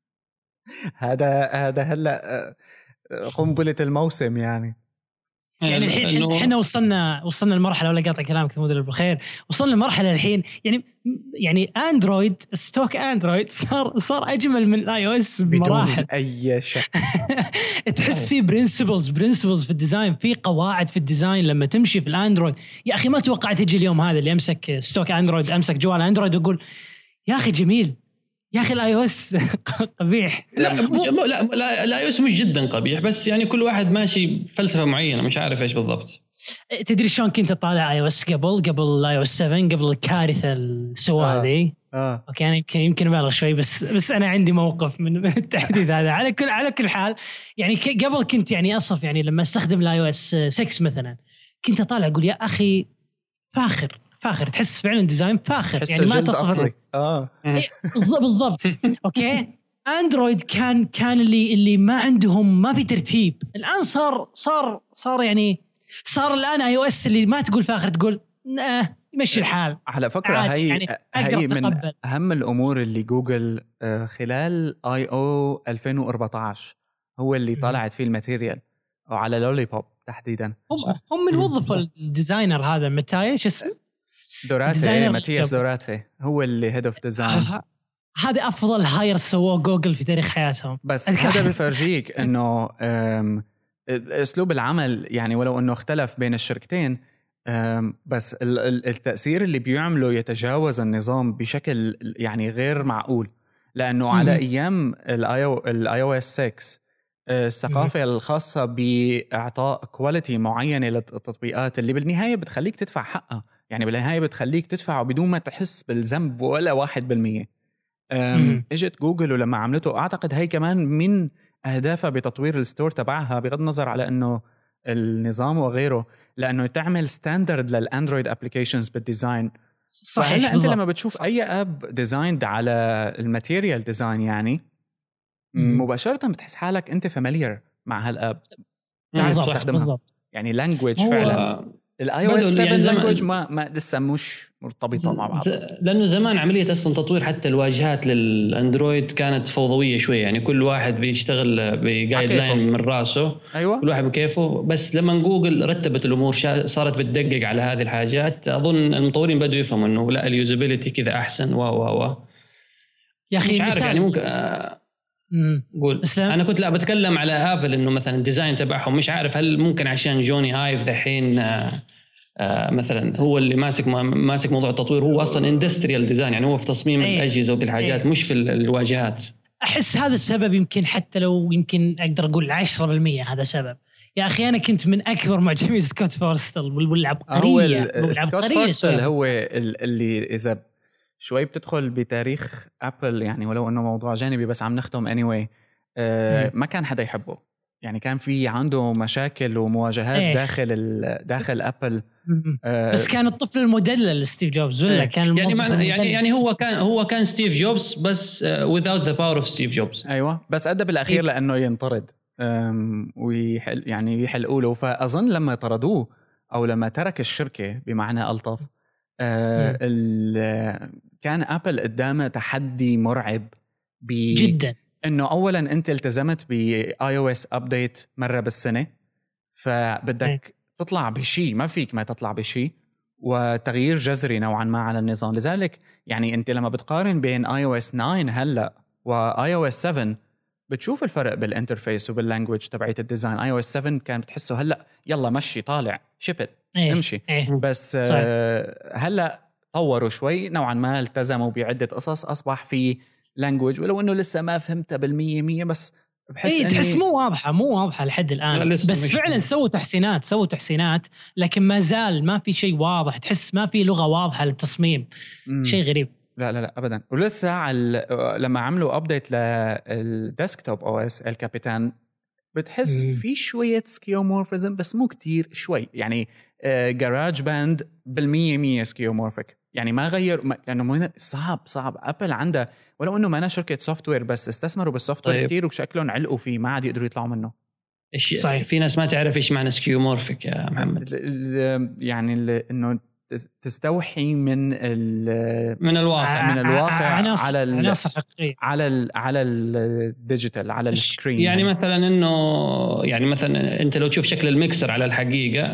هذا هلا قنبلة الموسم يعني الحين احنا وصلنا لمرحله، ولا قاطع كلامك تمود بالخير، وصلنا لمرحله الحين يعني اندرويد ستوك اندرويد صار اجمل من الاي او اس بمراحل بدون اي شك. تحس في برنسبلز في الديزاين، في قواعد في الديزاين لما تمشي في الاندرويد. يا اخي ما توقعت تجي اليوم هذا اللي امسك ستوك اندرويد، امسك جوال اندرويد واقول يا اخي جميل، يا اخي الاي او اس قبيح. لا الاي او اس مش جدا قبيح، بس يعني كل واحد ماشي فلسفه معينه، مش عارف ايش بالضبط. تدري شلون كنت اطالع اي او اس قبل الاي او اس 7، قبل الكارثه اللي سواها ذي؟ اوكي يعني يمكن بالغ شوي، بس انا عندي موقف من التحديث هذا. على كل حال يعني قبل كنت يعني اصف، يعني لما استخدم الاي او اس 6 مثلا كنت اطالع اقول يا اخي فاخر، تحس فعلا ديزاين فاخر، يعني ما تصف بالضبط. اوكي اندرويد كان اللي ما عندهم، ما في ترتيب. الان صار يعني صار الان اي او اس اللي ما تقول فاخر، تقول يمشي الحال. على فكره هي من اهم الامور اللي جوجل خلال اي او 2014 هو اللي طلعت فيه الماتيريال، او على لوليبوب تحديدا. هم اللي وظفوا الديزاينر هذا متى ايش اسمه؟ دوراتي، ماتياس دوراتي هو اللي هيد اوف ديزاين. هذا افضل هاير سووه جوجل في تاريخ حياتهم. بس هذا بيفرجيك انه اسلوب العمل يعني ولو انه اختلف بين الشركتين، بس التأثير اللي بيعمله يتجاوز النظام بشكل يعني غير معقول. لانه على ايام الاي او اس 6 الثقافة الخاصة بإعطاء كواليتي معينة للتطبيقات اللي بالنهاية بتخليك تدفع حقها، يعني بالنهاية بتخليك تدفع بدون ما تحس بالذنب ولا 1%. اجت جوجل ولما عملته، اعتقد هاي كمان من اهدافها بتطوير الستور تبعها، بغض النظر على انه النظام وغيره، لانه تعمل ستاندرد للاندرويد ابليكيشنز بالديزاين. صحيح. انت لما بتشوف اي اب ديزايند على الماتيريال ديزاين يعني مباشرة بتحس حالك انت فاميليار مع هالاب، تعرف تستخدمها. يعني لانجويج فعلا الاي او اس 7 لانجويج ما لسه مش مرتبطه مع بعض، لانه زمان عمليه اصلا تطوير حتى الواجهات للاندرويد كانت فوضويه شويه، يعني كل واحد بيشتغل بجايد لاين من راسه. أيوة. كل واحد بكيفه. بس لما جوجل رتبت الامور صارت بتدقق على هذه الحاجات، اظن المطورين بدوا يفهموا انه لا اليوزابيلتي كذا احسن يا اخي مش عارف يعني ممكن قول. انا كنت بتكلم على ابل انه مثلا الديزاين تبعهم، مش عارف هل ممكن عشان جوني ايف ذحين مثلا هو اللي ماسك موضوع التطوير، هو اصلا اندستريال ديزاين، يعني هو في تصميم الاجهزه ودي الحاجات مش في الواجهات. احس هذا السبب، يمكن حتى لو يمكن اقدر اقول 10% هذا سبب. يا اخي انا كنت من اكبر معجبين سكوت فورستل والعبقريه. سكوت فورستل هو اللي اذا شوي بتدخل بتاريخ ابل، يعني ولو انه موضوع جانبي بس عم نختم anyway. ما كان حدا يحبه، يعني كان في عنده مشاكل ومواجهات داخل ابل. بس كان الطفل المدلل ستيف جوبز ولا كان يعني هو كان ستيف جوبز بس without the power of ستيف جوبز. ايوه بس ادى بالاخير لانه ينطرد يعني يحلقوا له. فاظن لما طردوه او لما ترك الشركه بمعنى الطف، كان ابل قدامه تحدي مرعب جدا. انه اولا انت التزمت باي او اس ابديت مره بالسنه، فبدك تطلع بشيء، ما فيك ما تطلع بشيء، وتغيير جذري نوعا ما على النظام. لذلك يعني انت لما بتقارن بين اي او اس 9 هلا واي او اس 7 بتشوف الفرق بالانترفيس وباللانجويج تبعت الديزاين. اي او اس 7 كان بتحسه هلا يلا مشي طالع شيبت امشي. بس هلا طوروا شوي نوعا ما، التزموا بعده قصص، اصبح في لانجويج ولو انه لسه ما فهمتها 100%، بس بحس تحس مو واضحه لحد الان. بس فعلا سووا تحسينات لكن ما زال ما في شيء واضح، تحس ما في لغه واضحه للتصميم. شيء غريب. لا ابدا. ولسه لما عملوا ابديت للديسكتوب او اس الكابيتان بتحس في شويه سكيومورفيزم بس مو كتير، شوي يعني. جراج باند 100% سكيومورفيك، يعني ما غير لانه صعب ابل عنده ولو انه ما أنا شركه سوفت وير، بس استثمروا بالسوفت وير كتير وشكلهم علقوا فيه، ما عاد يقدروا يطلعوا منه. صحيح. في ناس ما تعرف ايش معنى سكيومورفيك يا محمد. يعني انه تستوحي من الواقع عناصر حقيقية على الديجيتال على السكرين. يعني مثلا انه يعني مثلا انت لو تشوف شكل الميكسر على الحقيقه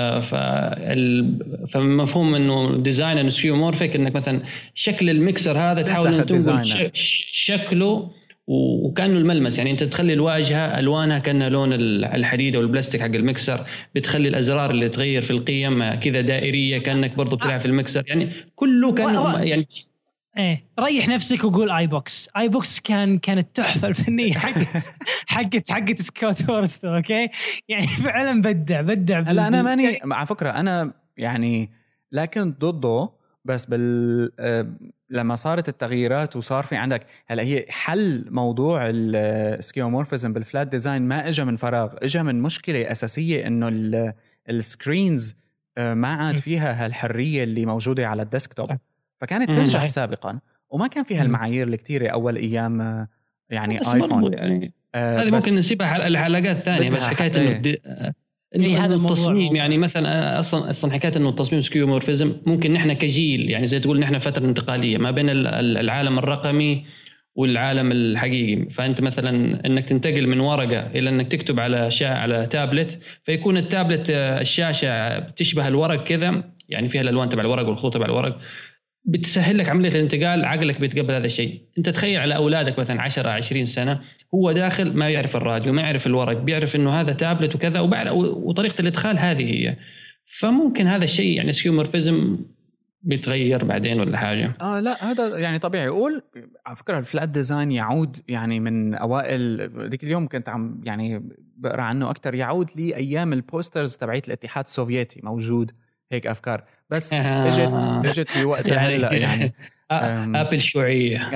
فمفهوم انه ديزاين انه سكيومورفيك، انك مثلا شكل الميكسر هذا تحاول تنقل شكله وكأنه الملمس. يعني انت تخلي الواجهه الوانها كأنها لون الحديد او البلاستيك حق الميكسر، بتخلي الازرار اللي تغير في القيم كذا دائريه كأنك برضو بتلعب في الميكسر، يعني كله كأنه يعني ايه. ريح نفسك وقول اي بوكس كانت تحفه الفنيه حقت سكوت فورستر. اوكي يعني فعلا بدع. هلا انا ماني على فكره، انا يعني لكن ضده، بس لما صارت التغييرات وصار في عندك هلا هي حل موضوع السكيومورفيزم بالفلات ديزاين ما اجى من فراغ، اجى من مشكله اساسيه انه السكرينز ما عاد فيها هالحريه اللي موجوده على الديسكتوب، فكانت تنجح سابقا وما كان فيها المعايير الكتيره اول ايام يعني ايفون. يعني هذه ممكن نسيبها على الحلقات الثانيه، بس حكايه انه هذا التصميم يعني مثلا اصلا حكايه انه التصميم سكيومورفيزم ممكن نحن كجيل يعني زي تقول نحن فتره انتقاليه ما بين العالم الرقمي والعالم الحقيقي. فانت مثلا انك تنتقل من ورقه الى انك تكتب على تابلت، فيكون التابلت الشاشه بتشبه الورق كذا، يعني فيها الالوان تبع الورق والخطوط تبع الورق، بتسهل لك عمليه الانتقال. عقلك بيتقبل هذا الشيء. انت تخيل على اولادك مثلا 10-20 سنه، هو داخل ما يعرف الراديو، ما يعرف الورق، بيعرف انه هذا تابلت وكذا، وطريقه الادخال هذه هي. فممكن هذا الشيء يعني سكيومورفيزم بيتغير بعدين ولا حاجه. لا هذا يعني طبيعي. اقول على فكره الفلات ديزاين يعود يعني من اوائل ذيك اليوم كنت عم يعني بقرا عنه اكثر، يعود لي ايام البوسترز تبعت الاتحاد السوفيتي، موجود هيك افكار، بس اجت بوقت هلا يعني ابل شيوعيه.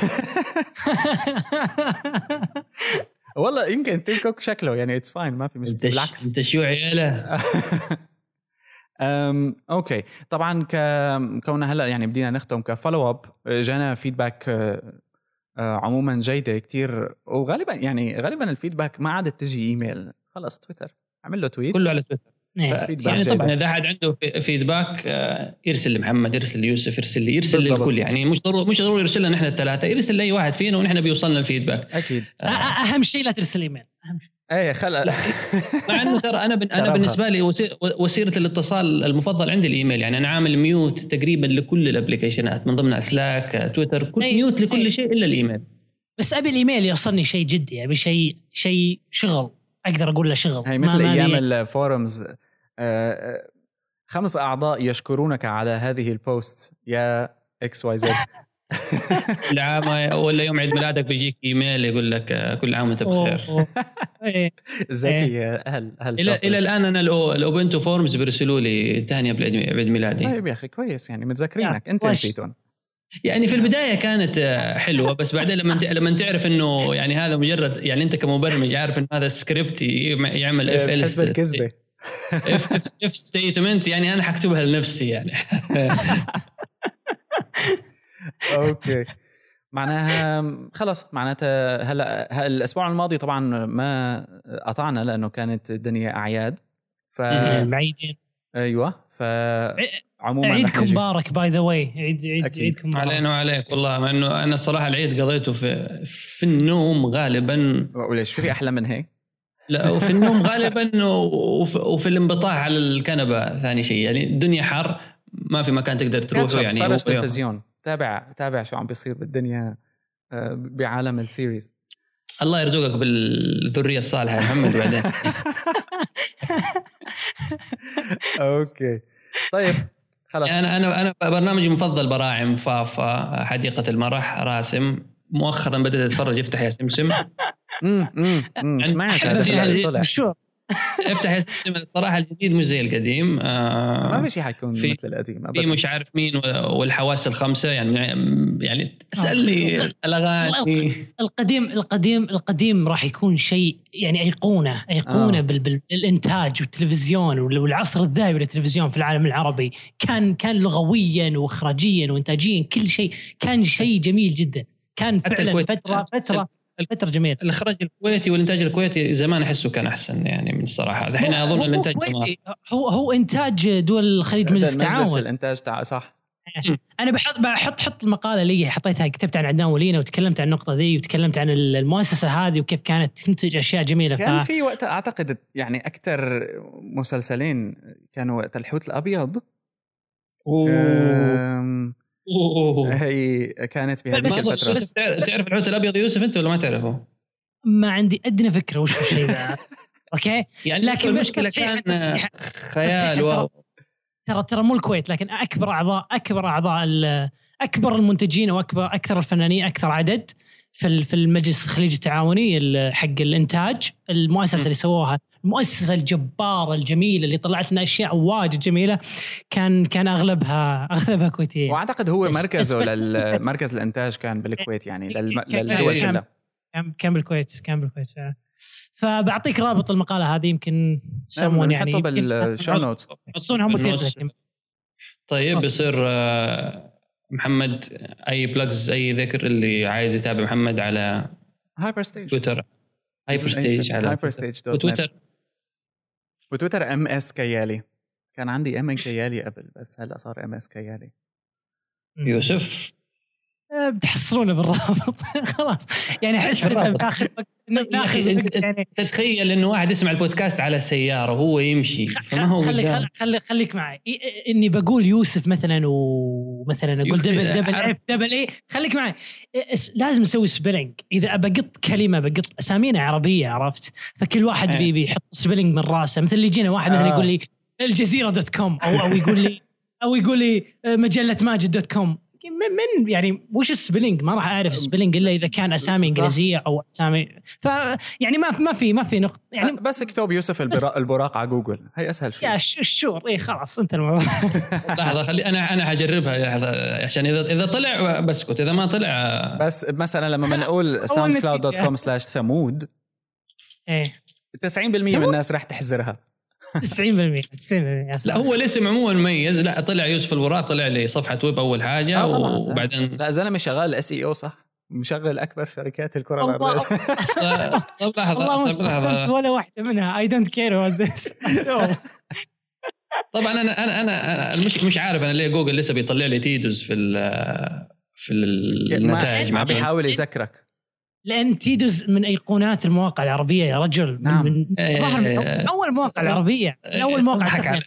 والله يمكن تيم كوك شكله يعني اتس فاين، ما في مشكله، بالعكس انت شيوعي له. اوكي طبعا كوننا هلا يعني بدينا نختم كفولو اب، جانا فيدباك عموما جيده كتير، وغالبا غالبا الفيدباك ما عادت تجي ايميل، خلص تويتر عمل له تويت كله على تويتر. يعني طبعا اذا احد عنده فيدباك يرسل لمحمد، يرسل ليوسف، يرسل للكل، يعني مش ضروري يرسل لنا احنا الثلاثه، يرسل لاي واحد فينا ونحن بيوصلنا الفيدباك اكيد. اهم شيء لا ترسل ايميل، اهم شيء. ايه خلق مع انه ترى انا بالنسبه لي وسيله الاتصال المفضل عندي الايميل. يعني انا عامل ميوت تقريبا لكل الابلكيشنات من ضمنها سلاك، تويتر، كل ميوت لكل شيء الا الايميل. بس ابي الايميل يوصلني شيء جدي، ابي شيء شغل اقدر اقول له شغل. هي مثل ايام الفورمز، 5 أعضاء يشكرونك على هذه البوست يا XYZ. كل عام ولا يوم عيد ميلادك بيجيك إيميل يقول لك كل عام وانت بخير. ذكي يا أهل إلى الآن أنا الأوبنتو فورمز بيرسلوا لي تهنئة بعيد ميلادي. طيب يا أخي كويس، يعني متذكرينك، أنت نسيتون. يعني في البداية كانت حلوة، بس بعدين لما تعرف إنه يعني هذا مجرد، يعني أنت كمبرمج عارف إن هذا سكريبت يعمل حسب الكذبة if statement، يعني أنا حكتبها لنفسي يعني. أوكي، معناها خلاص، معناتها هلا الأسبوع الماضي طبعا ما قطعنا لأنه كانت الدنيا أعياد، بعيدين. أيوة، عموما عيدكم مبارك باي ذا واي. عيدكم مبارك علينا وعليك والله. مع انه انا الصراحه العيد قضيته في النوم غالبا. وليش في احلى من هيك؟ لا، وفي النوم غالبا وفي الانبطاح على الكنبه ثاني شيء. يعني الدنيا حر، ما في مكان تقدر تروح، يعني تفرج تلفزيون، تابع شو عم بيصير بالدنيا بعالم السيريز. الله يرزقك بالذريه الصالحه يا محمد بعدين. اوكي طيب خلاص. انا برنامجي المفضل براعم، فافا، حديقه المرح، راسم. مؤخرا بدأت اتفرج افتح يا سمسم. سمعت هذا شو افتح يا سمسم. الصراحه الجديد مش زي القديم، ما في شيء حيكون مثل القديم في مش عارف مين والحواس الخمسه، يعني اسالني الاغاني. القديم راح يكون شيء يعني ايقونه بالانتاج والتلفزيون والعصر الذهبي للتلفزيون في العالم العربي. كان لغويا واخراجيا وانتاجيا كل شيء كان شيء جميل جدا. كان فعلا فتره الفتره جميل. الاخراج الكويتي والانتاج الكويتي زمان احسه كان احسن يعني من الصراحه. الحين اظن الانتاج كويتي، هو انتاج دول الخليج، مجلس التعاون. الانتاج صح. انا بحط المقاله اللي حطيتها، كتبت عن عدنان ولينا وتكلمت عن النقطه ذي وتكلمت عن المؤسسه هذه وكيف كانت تنتج اشياء جميله. كان في وقت اعتقد يعني اكثر مسلسلين كانوا وقت الحوت الابيض. هي كانت بهذيك الفتره. تعرف الحوت الابيض يوسف انت ولا ما تعرفه؟ ما عندي ادنى فكره وش الشيء ذا. اوكي يعني لكن المشكله كان خيال. ترى مو الكويت، لكن اكبر اعضاء اكبر المنتجين او اكثر الفنانين، اكثر عدد في المجلس الخليجي التعاوني حق الانتاج. المؤسسه اللي سووها، المؤسسه الجباره الجميله اللي طلعت لنا اشياء واجد جميله، كان اغلبها كويتيه. واعتقد هو مركزه مركز الانتاج كان بالكويت يعني للدول كلها. كان بالكويت فبعطيك رابط المقاله هذه، يمكن تسمون يعني نحطه بالشو نوتس، حطونها مثير. طيب يصير محمد اي بلجز اي ذكر اللي عايز يتابع محمد على هايبر ستيج تويتر، هايبر ستيج على هايبر ستيج وتويتر ام اس كيالي. كان عندي ام ان كيالي قبل، بس هلا صار ام اس كيالي. يوسف بتحصلونه بالرابط. خلاص يعني احس انه ناخذ يعني تتخيل انه واحد يسمع البودكاست على سياره وهو يمشي، فما هو خليك معي اني بقول يوسف مثلا، ومثلا اقول دبل اي. خليك معي، لازم نسوي سبيلنج. اذا بقط كلمه بقط اسامينا عربيه، عرفت؟ فكل واحد بيحط سبيلنج من راسه. مثل اللي يجينا واحد مثلا يقول لي الجزيره.com او يقول لي مجله ماجد.com. من يعني وش السبيلنج؟ ما راح اعرف السبيلنج الا اذا كان اسامي انجليزيه او اسامي. يعني ما في نقطه يعني. بس اكتب يوسف البراق على جوجل، هي اسهل شيء. يا شور ايه خلاص انت الموضوع. لحظه خلي انا حجربها عشان اذا طلع بسكت، اذا ما طلع بس مثلا لما بنقول soundcloud.com/ثمود ايه 90% من الناس راح تحذرها. 90%. لا هو الاسم عموما مميز. لا طلع يوسف البراق، طلع لي صفحه ويب اول حاجه وبعدين لا زلمه شغال اس اي او صح، مشغل اكبر شركات الكره الارضيه. طب لحظه ما استخدمت ولا واحده منها. I don't care about this. طبعا انا مش عارف انا ليه جوجل لسه بيطلع لي تيدوز في النتائج. ما بيحاول يذكرك، لأن تيدوز من أيقونات المواقع العربية يا رجل. نعم. من أول مواقع العربية، من أول مواقع.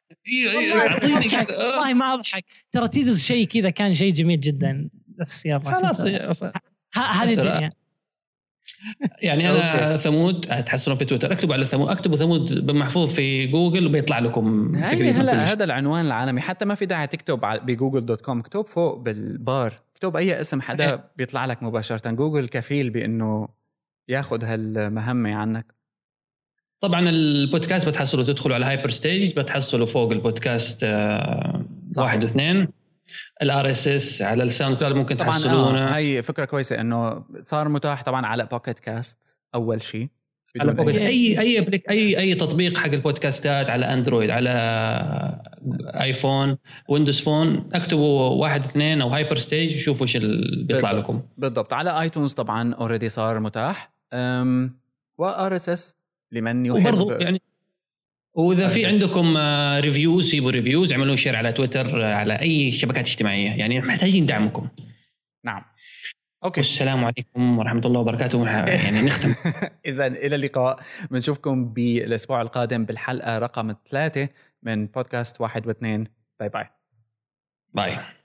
والله ما أضحك، ترى تيدوز شيء كذا كان شيء جميل جدا. بس يلا خلاص هذه الدنيا. يعني أنا ثمود هتحصلون في تويتر، اكتبوا على ثمود، اكتبوا ثمود محفوظ في جوجل وبيطلع لكم. هلا هذا العنوان العالمي، حتى ما في داعي تكتب بجوجل.com. اكتب فوق بالبار، اكتب اي اسم حدا بيطلع لك مباشرة. جوجل كفيل بانه ياخذ هالمهمة عنك. طبعا البودكاست بتحصلوا، تدخلوا على هايبر ستيج بتحصلوا فوق البودكاست 1 و2. الRSS على الساوند كلاود ممكن تحصلونه. هاي فكرة كويسة انه صار متاح طبعا على بوكيت كاست اول شيء. على بوكيت اي تطبيق حق البودكاستات، على اندرويد، على ايفون، ويندوز فون، اكتبوا 1 2 او هايبر ستيج وشوفوا ايش اللي بيطلع لكم. بالضبط. على ايتونز طبعا اوريدي صار متاح، وRSS لمن يحب يعني. واذا في عندكم ريفيوز، سيبوا ريفيوز، اعملوا شير على تويتر، على اي شبكات اجتماعيه، يعني محتاجين دعمكم. نعم اوكي. والسلام عليكم ورحمه الله وبركاته. يعني نختم. اذا الى اللقاء، بنشوفكم بالاسبوع القادم بالحلقه رقم 3 من بودكاست 1 و2. باي باي.